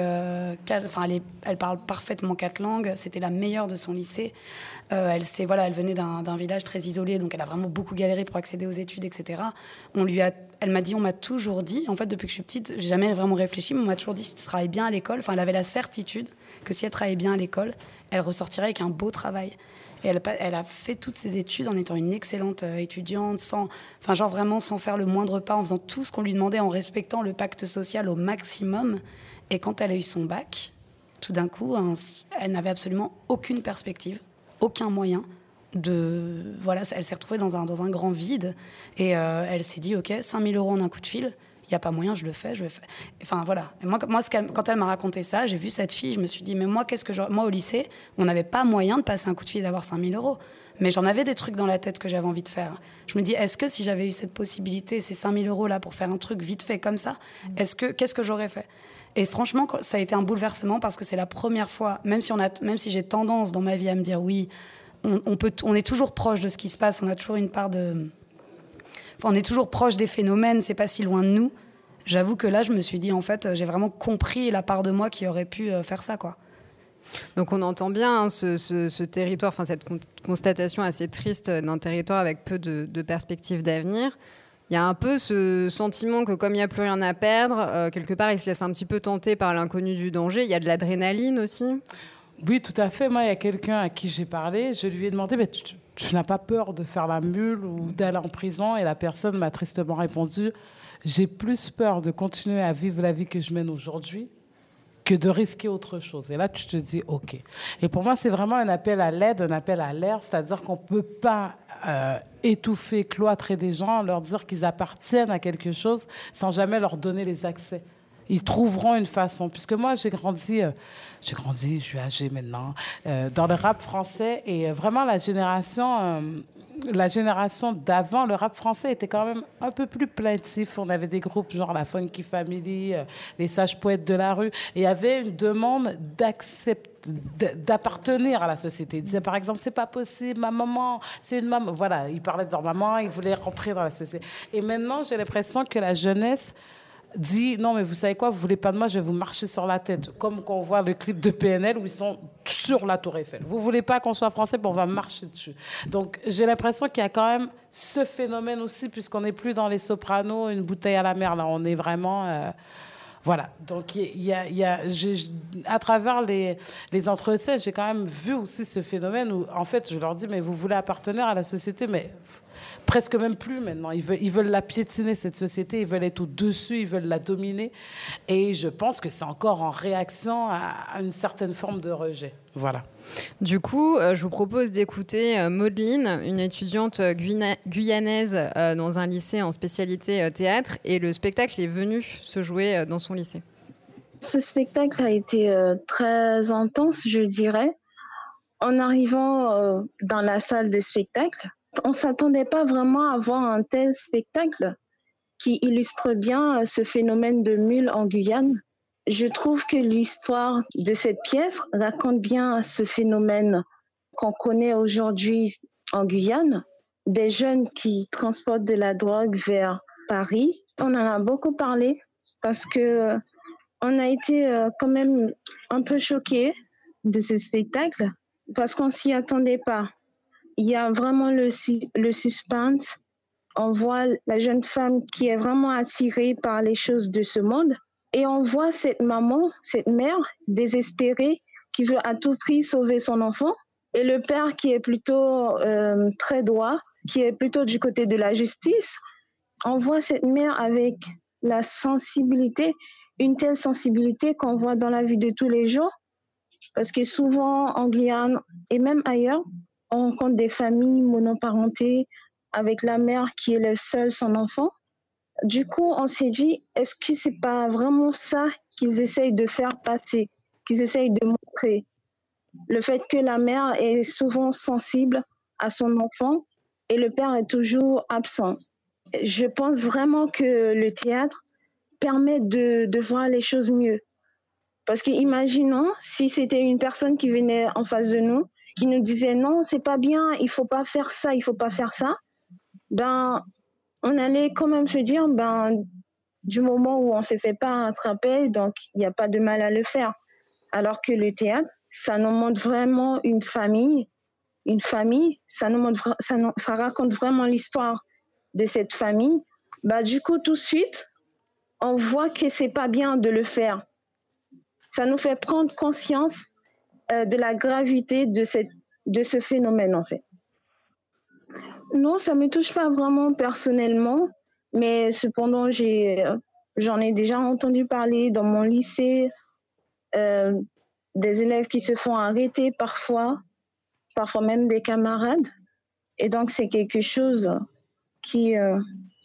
elle parle parfaitement 4 langues. C'était la meilleure de son lycée. Elle venait d'un village très isolé, donc elle a vraiment beaucoup galéré pour accéder aux études, etc. Elle m'a dit, on m'a toujours dit, en fait depuis que je suis petite, j'ai jamais vraiment réfléchi, mais on m'a toujours dit si tu travailles bien à l'école, elle avait la certitude que si elle travaillait bien à l'école, elle ressortirait avec un beau travail. Et elle a fait toutes ses études en étant une excellente étudiante, sans faire le moindre pas, en faisant tout ce qu'on lui demandait, en respectant le pacte social au maximum. Et quand elle a eu son bac, tout d'un coup, elle n'avait absolument aucune perspective, aucun moyen de... Voilà, elle s'est retrouvée dans un grand vide. Et elle s'est dit, OK, 5 000 € en un coup de fil. Il n'y a pas moyen, je le fais. Enfin, voilà. Et moi, quand elle m'a raconté ça, j'ai vu cette fille, je me suis dit, mais moi, moi, au lycée, on n'avait pas moyen de passer un coup de fil et d'avoir 5 000 €. Mais j'en avais des trucs dans la tête que j'avais envie de faire. Je me dis, est-ce que si j'avais eu cette possibilité, ces 5 000 € là, pour faire un truc vite fait comme ça, qu'est-ce que j'aurais fait ? Et franchement, ça a été un bouleversement parce que c'est la première fois, même si j'ai tendance dans ma vie à me dire, oui, on est toujours proche de ce qui se passe, on a toujours une part de... on est toujours proche des phénomènes, c'est pas si loin de nous. J'avoue que là, je me suis dit, en fait, j'ai vraiment compris la part de moi qui aurait pu faire ça, quoi. Donc on entend bien ce territoire, cette constatation assez triste d'un territoire avec peu de perspectives d'avenir. Il y a un peu ce sentiment que comme il n'y a plus rien à perdre, quelque part, il se laisse un petit peu tenter par l'inconnu du danger. Il y a de l'adrénaline aussi. Oui, tout à fait. Moi, il y a quelqu'un à qui j'ai parlé, je lui ai demandé, mais tu n'as pas peur de faire la mule ou d'aller en prison ? Et la personne m'a tristement répondu, j'ai plus peur de continuer à vivre la vie que je mène aujourd'hui que de risquer autre chose. Et là, tu te dis, OK. Et pour moi, c'est vraiment un appel à l'aide, un appel à l'air, c'est-à-dire qu'on ne peut pas étouffer, cloîtrer des gens, leur dire qu'ils appartiennent à quelque chose sans jamais leur donner les accès. Ils trouveront une façon. Puisque moi, j'ai grandi, je suis âgée maintenant, dans le rap français. Et vraiment, la génération d'avant, le rap français était quand même un peu plus plaintif. On avait des groupes genre la Funky Family, les Sages Poètes de la rue. Et il y avait une demande d'appartenir à la société. Ils disaient, par exemple, c'est pas possible, ma maman, c'est une maman. Voilà, ils parlaient de leur maman, ils voulaient rentrer dans la société. Et maintenant, j'ai l'impression que la jeunesse dit non, mais vous savez quoi, vous voulez pas de moi, je vais vous marcher sur la tête. Comme quand on voit le clip de PNL où ils sont sur la Tour Eiffel. Vous voulez pas qu'on soit français, on va marcher dessus. Donc j'ai l'impression qu'il y a quand même ce phénomène aussi, puisqu'on n'est plus dans les Sopranos, une bouteille à la mer. Là, on est vraiment Voilà, donc à travers les entretiens, j'ai quand même vu aussi ce phénomène où, en fait, je leur dis, mais vous voulez appartenir à la société, mais presque même plus maintenant. Ils veulent la piétiner, cette société, ils veulent être au-dessus, ils veulent la dominer. Et je pense que c'est encore en réaction à une certaine forme de rejet. Voilà. Du coup, je vous propose d'écouter Maudeline, une étudiante guyanaise dans un lycée en spécialité théâtre, et le spectacle est venu se jouer dans son lycée. Ce spectacle a été très intense, je dirais. En arrivant dans la salle de spectacle, on ne s'attendait pas vraiment à voir un tel spectacle qui illustre bien ce phénomène de mule en Guyane. Je trouve que l'histoire de cette pièce raconte bien ce phénomène qu'on connaît aujourd'hui en Guyane, des jeunes qui transportent de la drogue vers Paris. On en a beaucoup parlé parce que on a été quand même un peu choqués de ce spectacle parce qu'on s'y attendait pas. Il y a vraiment le suspense. On voit la jeune femme qui est vraiment attirée par les choses de ce monde. Et on voit cette maman, cette mère désespérée qui veut à tout prix sauver son enfant. Et le père qui est plutôt très droit, qui est plutôt du côté de la justice. On voit cette mère avec la sensibilité, une telle sensibilité qu'on voit dans la vie de tous les jours. Parce que souvent en Guyane et même ailleurs, on rencontre des familles monoparentées avec la mère qui élève seule son enfant. Du coup, on s'est dit, est-ce que c'est pas vraiment ça qu'ils essayent de faire passer, qu'ils essayent de montrer? Le fait que la mère est souvent sensible à son enfant et le père est toujours absent. Je pense vraiment que le théâtre permet de voir les choses mieux. Parce que imaginons si c'était une personne qui venait en face de nous, qui nous disait non, c'est pas bien, il faut pas faire ça, il faut pas faire ça. Ben, on allait quand même se dire, du moment où on ne se fait pas attraper, donc il n'y a pas de mal à le faire. Alors que le théâtre, ça nous montre vraiment une famille, ça raconte vraiment l'histoire de cette famille. Du coup, tout de suite, on voit que ce n'est pas bien de le faire. Ça nous fait prendre conscience de la gravité de ce phénomène, en fait. Non, ça ne me touche pas vraiment personnellement, mais cependant, j'en ai déjà entendu parler dans mon lycée, des élèves qui se font arrêter parfois même des camarades. Et donc, c'est quelque chose que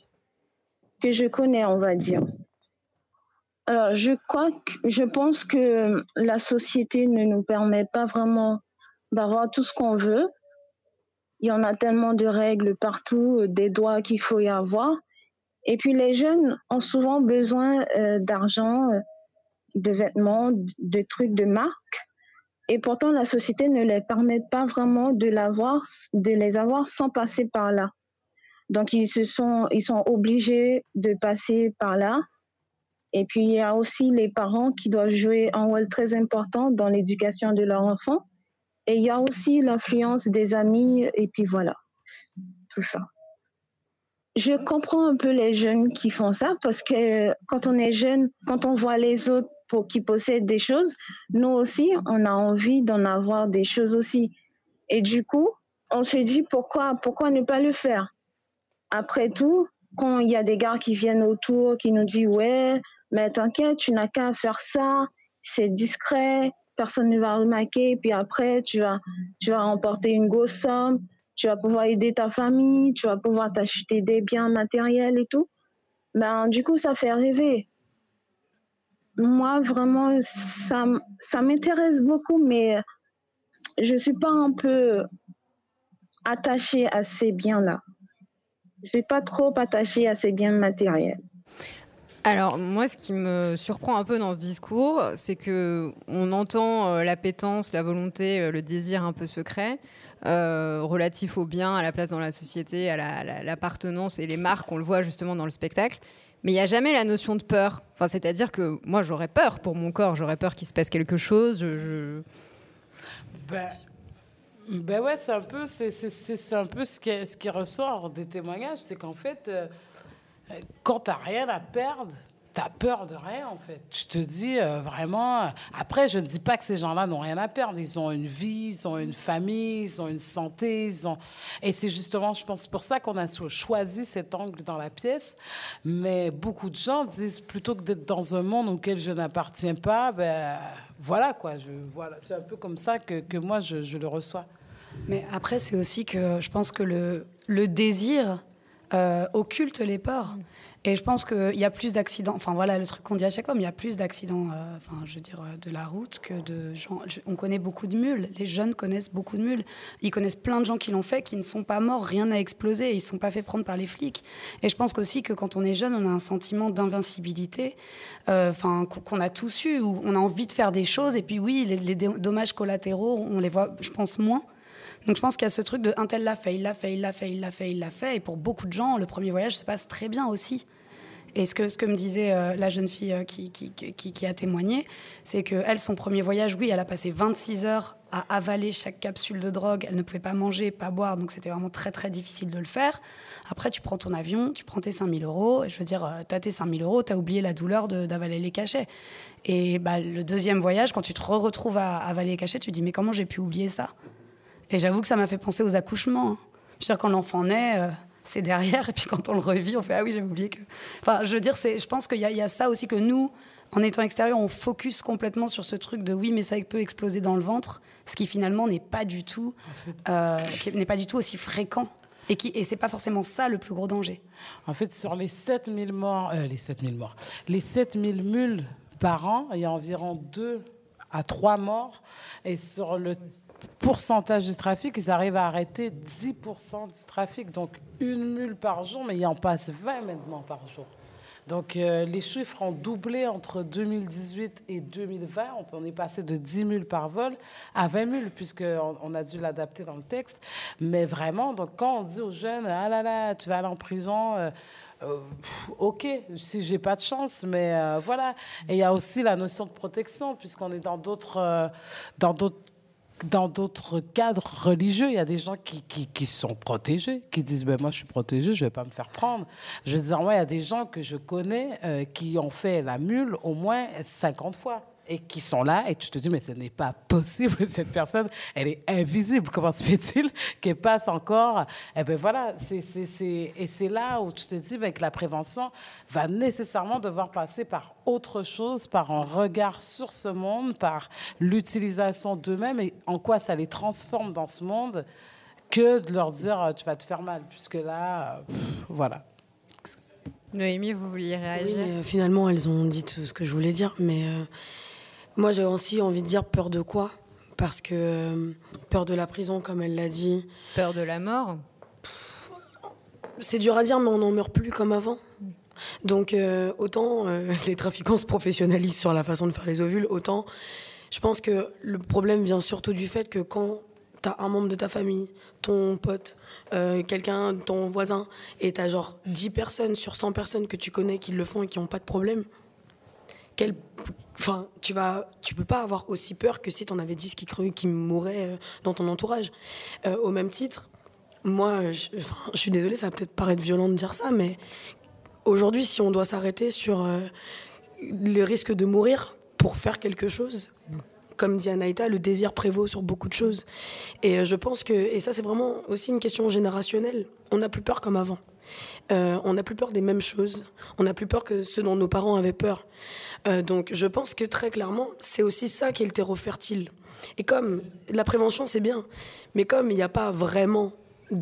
je connais, on va dire. Alors, je pense que la société ne nous permet pas vraiment d'avoir tout ce qu'on veut. Il y en a tellement de règles partout, des droits qu'il faut y avoir. Et puis les jeunes ont souvent besoin d'argent, de vêtements, de trucs de marque. Et pourtant, la société ne les permet pas vraiment de les avoir sans passer par là. Donc, ils sont obligés de passer par là. Et puis, il y a aussi les parents qui doivent jouer un rôle très important dans l'éducation de leur enfant. Et il y a aussi l'influence des amis, et puis voilà, tout ça. Je comprends un peu les jeunes qui font ça, parce que quand on est jeune, quand on voit les autres qui possèdent des choses, nous aussi, on a envie d'en avoir des choses aussi. Et du coup, on se dit pourquoi ne pas le faire? Après tout, quand il y a des gars qui viennent autour, qui nous disent « Ouais, mais t'inquiète, tu n'as qu'à faire ça, c'est discret. » Personne ne va remarquer, puis après, tu vas remporter une grosse somme, tu vas pouvoir aider ta famille, tu vas pouvoir t'acheter des biens matériels et tout. Du coup, ça fait rêver. Moi, vraiment, ça m'intéresse beaucoup, mais je ne suis pas un peu attachée à ces biens-là. Je ne suis pas trop attachée à ces biens matériels. Alors, moi, ce qui me surprend un peu dans ce discours, c'est qu'on entend l'appétence, la volonté, le désir un peu secret, relatif au bien, à la place dans la société, à l'appartenance et les marques, on le voit justement dans le spectacle. Mais il n'y a jamais la notion de peur. Enfin, c'est-à-dire que moi, j'aurais peur pour mon corps, j'aurais peur qu'il se passe quelque chose. Ouais, c'est un peu ce qui ressort des témoignages, c'est qu'en fait... quand tu n'as rien à perdre, t'as peur de rien, en fait. Tu te dis vraiment... Après, je ne dis pas que ces gens-là n'ont rien à perdre. Ils ont une vie, ils ont une famille, ils ont une santé. Et c'est justement, je pense, pour ça qu'on a choisi cet angle dans la pièce. Mais beaucoup de gens disent, plutôt que d'être dans un monde auquel je n'appartiens pas, voilà, quoi. Voilà. C'est un peu comme ça que moi, je le reçois. Mais après, c'est aussi que je pense que le désir occulte les peurs. Et je pense qu'il y a plus d'accidents. Enfin, voilà le truc qu'on dit à chaque fois, mais il y a plus d'accidents, de la route que de gens. On connaît beaucoup de mules. Les jeunes connaissent beaucoup de mules. Ils connaissent plein de gens qui l'ont fait, qui ne sont pas morts, rien n'a explosé. Ils ne sont pas fait prendre par les flics. Et je pense qu'aussi que quand on est jeune, on a un sentiment d'invincibilité, qu'on a tous eu, où on a envie de faire des choses. Et puis oui, les dommages collatéraux, on les voit, je pense, moins. Donc je pense qu'il y a ce truc de un tel l'a fait, il l'a fait, il l'a fait, il l'a fait, il l'a fait. Et pour beaucoup de gens, le premier voyage se passe très bien aussi. Et ce que me disait la jeune fille qui a témoigné, c'est qu'elle, son premier voyage, oui, elle a passé 26 heures à avaler chaque capsule de drogue. Elle ne pouvait pas manger, pas boire, donc c'était vraiment très, très difficile de le faire. Après, tu prends ton avion, tu prends tes 5 000 €. Et je veux dire, t'as tes 5 000 €, t'as oublié la douleur d'avaler les cachets. Et le deuxième voyage, quand tu te retrouves à avaler les cachets, tu te dis, mais comment j'ai pu oublier ça ? Et j'avoue que ça m'a fait penser aux accouchements. Je veux dire, quand l'enfant naît, c'est derrière. Et puis quand on le revit, on fait « Ah oui, j'avais oublié que... » Enfin, je veux dire, je pense qu'il y a ça aussi que nous, en étant extérieurs, on focus complètement sur ce truc de « oui, mais ça peut exploser dans le ventre », ce qui finalement n'est pas du tout, n'est pas du tout aussi fréquent. Et c'est pas forcément ça le plus gros danger. En fait, sur les 7 000 mules par an, il y a environ 2 à 3 morts. Et sur le pourcentage du trafic, ils arrivent à arrêter 10% du trafic. Donc, 1 mule par jour, mais il en passe 20 maintenant par jour. Donc, les chiffres ont doublé entre 2018 et 2020. On est passé de 10 mules par vol à 20 mules, puisqu'on a dû l'adapter dans le texte. Mais vraiment, donc, quand on dit aux jeunes « Ah là là, tu vas aller en prison », ok, si j'ai pas de chance, mais voilà. Et il y a aussi la notion de protection, puisqu'on est dans d'autres cadres religieux. Il y a des gens qui sont protégés, qui disent moi je suis protégé, je vais pas me faire prendre. Je veux dire, moi, il y a des gens que je connais qui ont fait la mule au moins 50 fois. Et qui sont là, et tu te dis, mais ce n'est pas possible, cette personne, elle est invisible. Comment se fait-il qu'elle passe encore? Eh bien voilà, et c'est là où tu te dis que la prévention va nécessairement devoir passer par autre chose, par un regard sur ce monde, par l'utilisation d'eux-mêmes, et en quoi ça les transforme dans ce monde, que de leur dire, tu vas te faire mal, puisque là, voilà. Noémie, vous vouliez réagir? Oui, mais finalement, elles ont dit tout ce que je voulais dire, mais... moi, j'ai aussi envie de dire peur de quoi ? Parce que peur de la prison, comme elle l'a dit. Peur de la mort ? C'est dur à dire, mais on n'en meurt plus comme avant. Donc, autant les trafiquants se professionnalisent sur la façon de faire les ovules, autant je pense que le problème vient surtout du fait que quand tu as un membre de ta famille, ton pote, quelqu'un, ton voisin, et tu as genre 10 personnes sur 100 personnes que tu connais qui le font et qui n'ont pas de problème, tu peux pas avoir aussi peur que si tu en avais 10 qui mouraient dans ton entourage. Au même titre, moi, je suis désolée, ça va peut-être paraître violent de dire ça, mais aujourd'hui, si on doit s'arrêter sur le risque de mourir pour faire quelque chose, comme dit Anaïta, le désir prévaut sur beaucoup de choses. Et je pense que, et ça c'est vraiment aussi une question générationnelle, on n'a plus peur comme avant. On n'a plus peur des mêmes choses. On n'a plus peur que ce dont nos parents avaient peur. Donc je pense que très clairement, c'est aussi ça qui est le terreau fertile. Et comme la prévention, c'est bien, mais comme il n'y a pas vraiment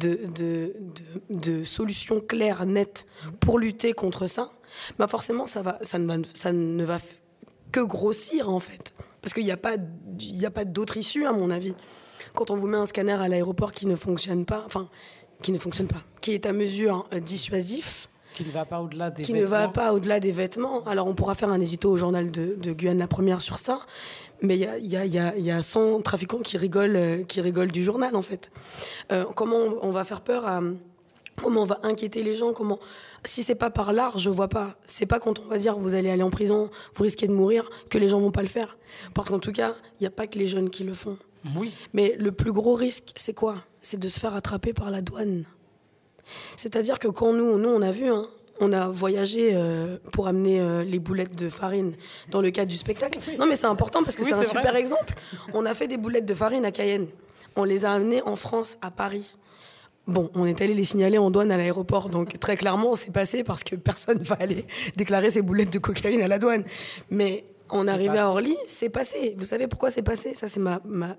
de solution claire, nette pour lutter contre ça, bah forcément, ça ne va que grossir, en fait. Parce qu'il n'y a pas d'autre issue, à mon avis. Quand on vous met un scanner à l'aéroport qui ne fonctionne pas, qui est à mesure dissuasif, qui ne va pas au-delà des vêtements. Ne va pas au-delà des vêtements. Alors, on pourra faire un édito au journal de Guyane La Première sur ça, mais il y a 100 trafiquants qui rigolent du journal, en fait. Comment on va faire peur comment on va inquiéter les gens, si c'est pas par l'art, je vois pas. C'est pas quand on va dire vous allez aller en prison, vous risquez de mourir, que les gens vont pas le faire. Parce qu'en tout cas, il n'y a pas que les jeunes qui le font. Oui. Mais le plus gros risque, c'est quoi ? C'est de se faire attraper par la douane. C'est-à-dire que quand nous on a vu, on a voyagé pour amener les boulettes de farine dans le cadre du spectacle. Non, mais c'est important parce que c'est un super exemple. On a fait des boulettes de farine à Cayenne. On les a amenées en France, à Paris. Bon, on est allé les signaler en douane à l'aéroport. Donc, très clairement, c'est passé parce que personne ne va aller déclarer ses boulettes de cocaïne à la douane. Mais on est arrivé à Orly, c'est passé. Vous savez pourquoi c'est passé? Ça, c'est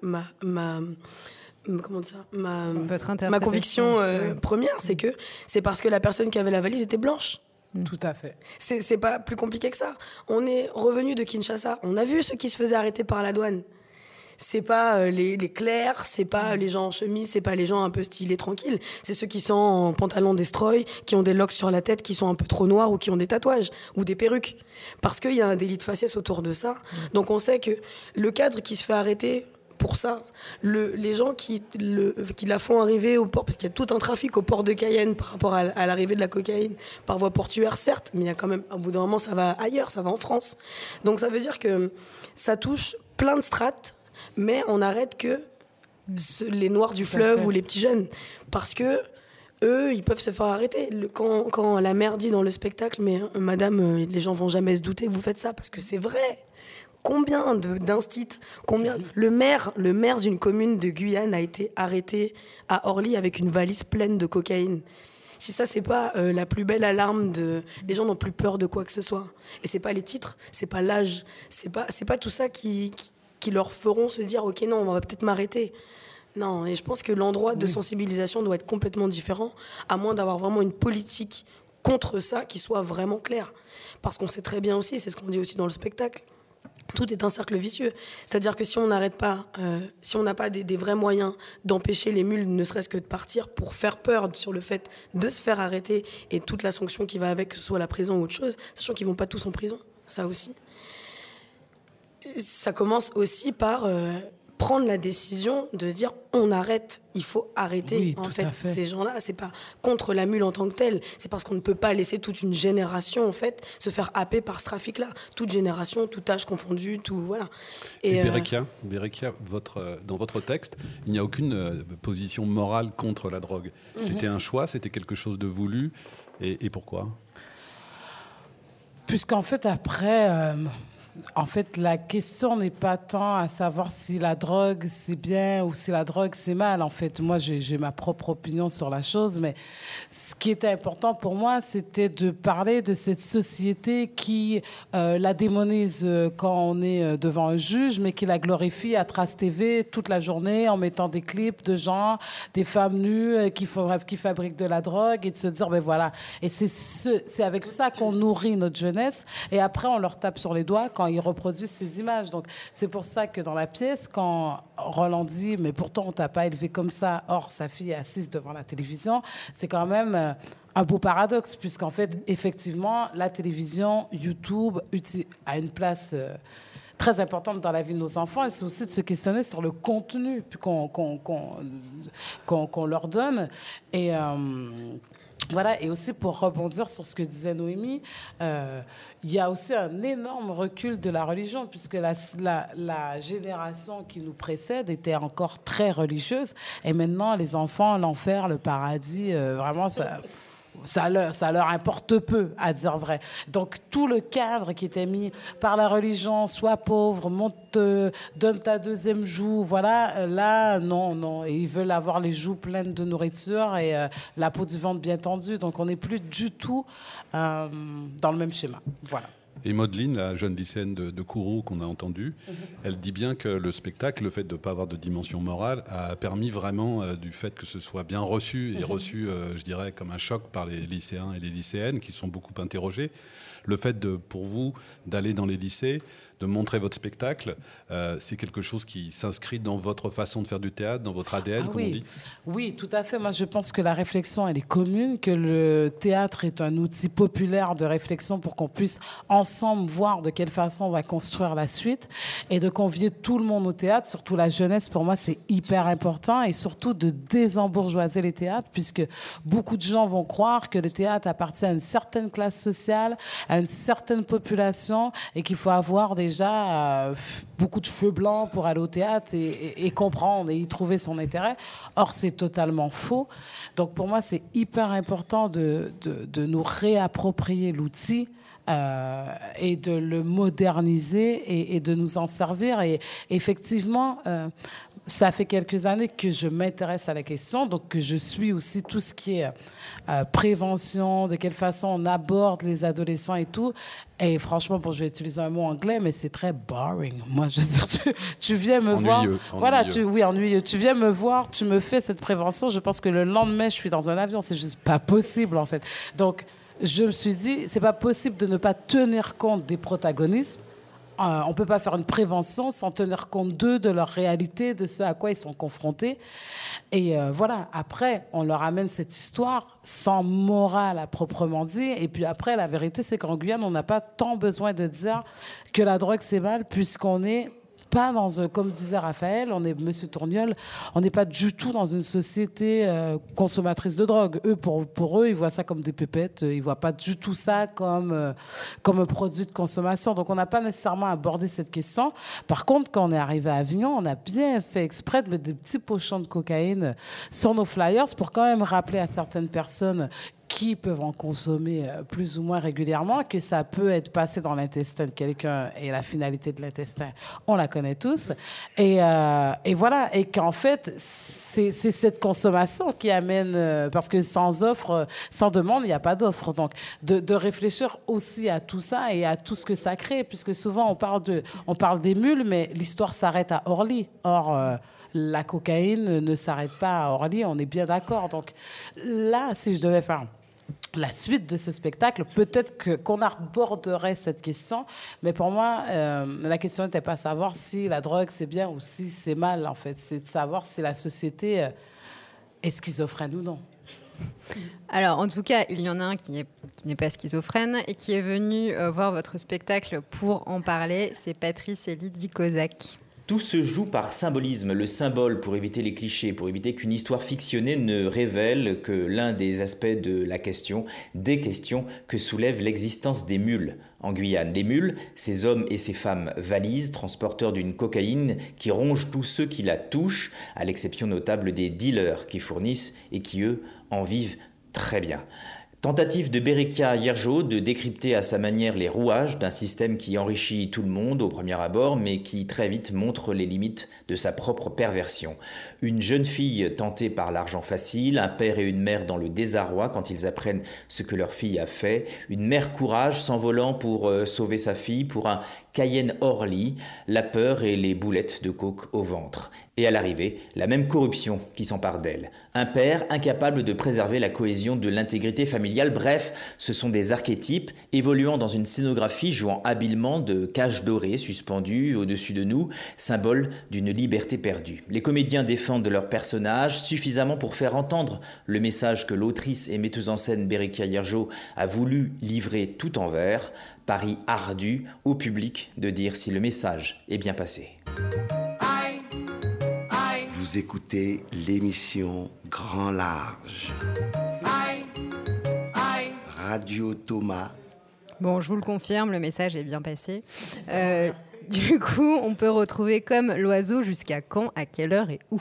comment dire, ma conviction première, c'est parce que la personne qui avait la valise était blanche. Tout à fait. C'est pas plus compliqué que ça. On est revenu de Kinshasa, on a vu ceux qui se faisaient arrêter par la douane. C'est pas les clercs, c'est pas les gens en chemise, c'est pas les gens un peu stylés tranquilles. C'est ceux qui sont en pantalon destroy, qui ont des locks sur la tête, qui sont un peu trop noirs ou qui ont des tatouages ou des perruques. Parce qu'il y a un délit de faciès autour de ça. Donc on sait que le cadre qui se fait arrêter pour ça, les gens qui la font arriver au port, parce qu'il y a tout un trafic au port de Cayenne par rapport à l'arrivée de la cocaïne par voie portuaire, certes, mais il y a quand même, au bout d'un moment, ça va ailleurs, ça va en France. Donc ça veut dire que ça touche plein de strates, mais on n'arrête que les noirs du fleuve ou les petits jeunes. Parce que eux, ils peuvent se faire arrêter. Quand la mère dit dans le spectacle, mais madame, les gens vont jamais se douter que vous faites ça, parce que c'est vrai. Combien d'instits, le maire d'une commune de Guyane a été arrêté à Orly avec une valise pleine de cocaïne. Si ça, c'est pas la plus belle alarme les gens n'ont plus peur de quoi que ce soit. Et c'est pas les titres, c'est pas l'âge, c'est pas tout ça qui leur feront se dire ok, non, on va peut-être m'arrêter. Non, et je pense que l'endroit de sensibilisation doit être complètement différent, à moins d'avoir vraiment une politique contre ça qui soit vraiment claire. Parce qu'on sait très bien aussi, c'est ce qu'on dit aussi dans le spectacle, tout est un cercle vicieux. C'est-à-dire que si on n'arrête pas, si on n'a pas des vrais moyens d'empêcher les mules ne serait-ce que de partir pour faire peur sur le fait de se faire arrêter et toute la sanction qui va avec, que ce soit la prison ou autre chose, sachant qu'ils ne vont pas tous en prison, ça aussi. Ça commence aussi par prendre la décision de dire on arrête, il faut arrêter ces gens-là. C'est pas contre la mule en tant que telle, c'est parce qu'on ne peut pas laisser toute une génération en fait se faire happer par ce trafic-là. Toute génération, tout âge confondu, tout voilà. Et Bérekia, dans votre texte, il n'y a aucune position morale contre la drogue. C'était un choix, c'était quelque chose de voulu, et pourquoi? Puisqu'en fait après. En fait, la question n'est pas tant à savoir si la drogue c'est bien ou si la drogue c'est mal. En fait, moi, j'ai ma propre opinion sur la chose, mais ce qui était important pour moi, c'était de parler de cette société qui la démonise quand on est devant un juge, mais qui la glorifie à Trace TV toute la journée en mettant des clips de gens, des femmes nues qui fabriquent de la drogue, et de se dire, ben voilà. Et c'est avec ça qu'on nourrit notre jeunesse, et après, on leur tape sur les doigts quand ils reproduisent ces images. Donc, c'est pour ça que dans la pièce, quand Roland dit « mais pourtant, on t'a pas élevé comme ça », or, sa fille est assise devant la télévision, c'est quand même un beau paradoxe, puisqu'en fait, effectivement, la télévision, YouTube, a une place très importante dans la vie de nos enfants, et c'est aussi de se questionner sur le contenu qu'on leur donne. Et... voilà, et aussi pour rebondir sur ce que disait Noémie, il y a aussi un énorme recul de la religion, puisque la génération qui nous précède était encore très religieuse, et maintenant les enfants, l'enfer, le paradis, vraiment ça leur importe peu, à dire vrai. Donc tout le cadre qui était mis par la religion, sois pauvre, donne ta deuxième joue, voilà, là non, et ils veulent avoir les joues pleines de nourriture et la peau du ventre bien tendue, donc on n'est plus du tout dans le même schéma, voilà. Et Maudeline, la jeune lycéenne de Kourou qu'on a entendue, elle dit bien que le spectacle, le fait de ne pas avoir de dimension morale, a permis vraiment du fait que ce soit bien reçu, et reçu, je dirais, comme un choc par les lycéens et les lycéennes qui sont beaucoup interrogés. Le fait pour vous d'aller dans les lycées, de montrer votre spectacle, c'est quelque chose qui s'inscrit dans votre façon de faire du théâtre, dans votre ADN, comme on dit? Oui, tout à fait. Moi, je pense que la réflexion, elle est commune, que le théâtre est un outil populaire de réflexion pour qu'on puisse ensemble voir de quelle façon on va construire la suite, et de convier tout le monde au théâtre, surtout la jeunesse, pour moi, c'est hyper important, et surtout de désembourgeoiser les théâtres, puisque beaucoup de gens vont croire que le théâtre appartient à une certaine classe sociale, à une certaine population, et qu'il faut avoir des déjà beaucoup de cheveux blancs pour aller au théâtre et comprendre et y trouver son intérêt. Or, c'est totalement faux. Donc, pour moi, c'est hyper important de nous réapproprier l'outil et de le moderniser et de nous en servir. Et effectivement, ça fait quelques années que je m'intéresse à la question, donc que je suis aussi tout ce qui est prévention, de quelle façon on aborde les adolescents et tout. Et franchement, je vais utiliser un mot anglais, mais c'est très boring. Moi, je veux dire, tu viens me voir. Voilà, ennuyeux. Tu viens me voir, tu me fais cette prévention. Je pense que le lendemain, je suis dans un avion. C'est juste pas possible, en fait. Donc, je me suis dit, c'est pas possible de ne pas tenir compte des protagonistes. On ne peut pas faire une prévention sans tenir compte d'eux, de leur réalité, de ce à quoi ils sont confrontés. Et voilà, après, on leur amène cette histoire sans morale à proprement dit. Et puis après, la vérité, c'est qu'en Guyane, on n'a pas tant besoin de dire que la drogue, c'est mal, puisqu'on est pas dans un, comme disait Raphaël, on est Monsieur Tourniol, on n'est pas du tout dans une société consommatrice de drogue. Eux, pour eux, ils voient ça comme des pépettes, ils voient pas du tout ça comme un produit de consommation. Donc, on n'a pas nécessairement abordé cette question. Par contre, quand on est arrivé à Avignon, on a bien fait exprès de mettre des petits pochons de cocaïne sur nos flyers pour quand même rappeler à certaines personnes qui peuvent en consommer plus ou moins régulièrement, que ça peut être passé dans l'intestin de quelqu'un, et la finalité de l'intestin, on la connaît tous. Et voilà, et qu'en fait, c'est cette consommation qui amène, parce que sans offre, sans demande, il n'y a pas d'offre. Donc, de réfléchir aussi à tout ça et à tout ce que ça crée, puisque souvent, on parle des mules, mais l'histoire s'arrête à Orly. Or, la cocaïne ne s'arrête pas à Orly, on est bien d'accord. Donc là, si je devais faire la suite de ce spectacle, peut-être qu'on aborderait cette question, mais pour moi, la question n'était pas savoir si la drogue c'est bien ou si c'est mal, en fait. C'est de savoir si la société est schizophrène ou non. Alors, en tout cas, il y en a un qui n'est pas schizophrène et qui est venu voir votre spectacle pour en parler. C'est Patrice et Lydie Kozak. Tout se joue par symbolisme, le symbole pour éviter les clichés, pour éviter qu'une histoire fictionnée ne révèle que l'un des aspects de la question, des questions que soulève l'existence des mules en Guyane. Les mules, ces hommes et ces femmes valises, transporteurs d'une cocaïne qui ronge tous ceux qui la touchent, à l'exception notable des dealers qui fournissent et qui, eux, en vivent très bien. Tentative de Berekia Yerjo de décrypter à sa manière les rouages d'un système qui enrichit tout le monde au premier abord, mais qui très vite montre les limites de sa propre perversion. Une jeune fille tentée par l'argent facile, un père et une mère dans le désarroi quand ils apprennent ce que leur fille a fait, une mère courage s'envolant pour sauver sa fille, pour un Cayenne Orly, la peur et les boulettes de coke au ventre. Et à l'arrivée, la même corruption qui s'empare d'elle. Un père incapable de préserver la cohésion de l'intégrité familiale. Bref, ce sont des archétypes évoluant dans une scénographie jouant habilement de cages dorées suspendues au-dessus de nous, symbole d'une liberté perdue. Les comédiens défendent leurs personnages suffisamment pour faire entendre le message que l'autrice et metteuse en scène Berekia Yerjo a voulu livrer tout en vers. Pari ardu au public de dire si le message est bien passé. Vous écoutez l'émission Grand Large. Radio Thomas. Bon, je vous le confirme, le message est bien passé. Du coup, on peut retrouver Comme l'oiseau jusqu'à quand, à quelle heure et où ?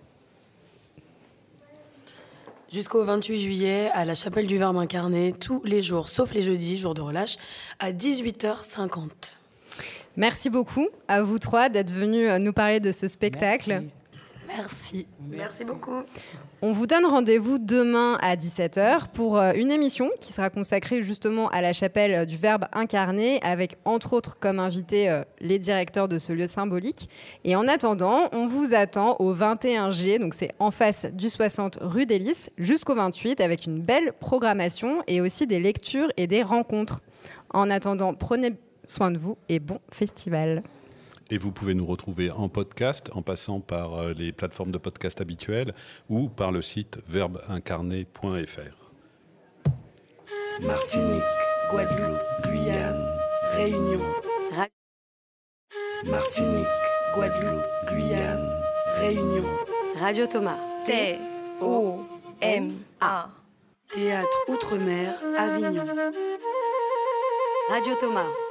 Jusqu'au 28 juillet, à la Chapelle du Verbe incarné, tous les jours, sauf les jeudis, jour de relâche, à 18h50. Merci beaucoup à vous trois d'être venus nous parler de ce spectacle. Merci beaucoup. On vous donne rendez-vous demain à 17h pour une émission qui sera consacrée justement à la Chapelle du Verbe incarné, avec entre autres comme invités les directeurs de ce lieu symbolique. Et en attendant, on vous attend au 21G, donc c'est en face du 60 rue des Lys, jusqu'au 28, avec une belle programmation et aussi des lectures et des rencontres. En attendant, prenez soin de vous et bon festival. Et vous pouvez nous retrouver en podcast, en passant par les plateformes de podcast habituelles ou par le site verbeincarné.fr. Martinique, Guadeloupe, Guyane, Réunion. Martinique, Guadeloupe, Guyane, Réunion. Radio Thomas. T-O-M-A. Théâtre Outre-mer, Avignon. Radio Thomas.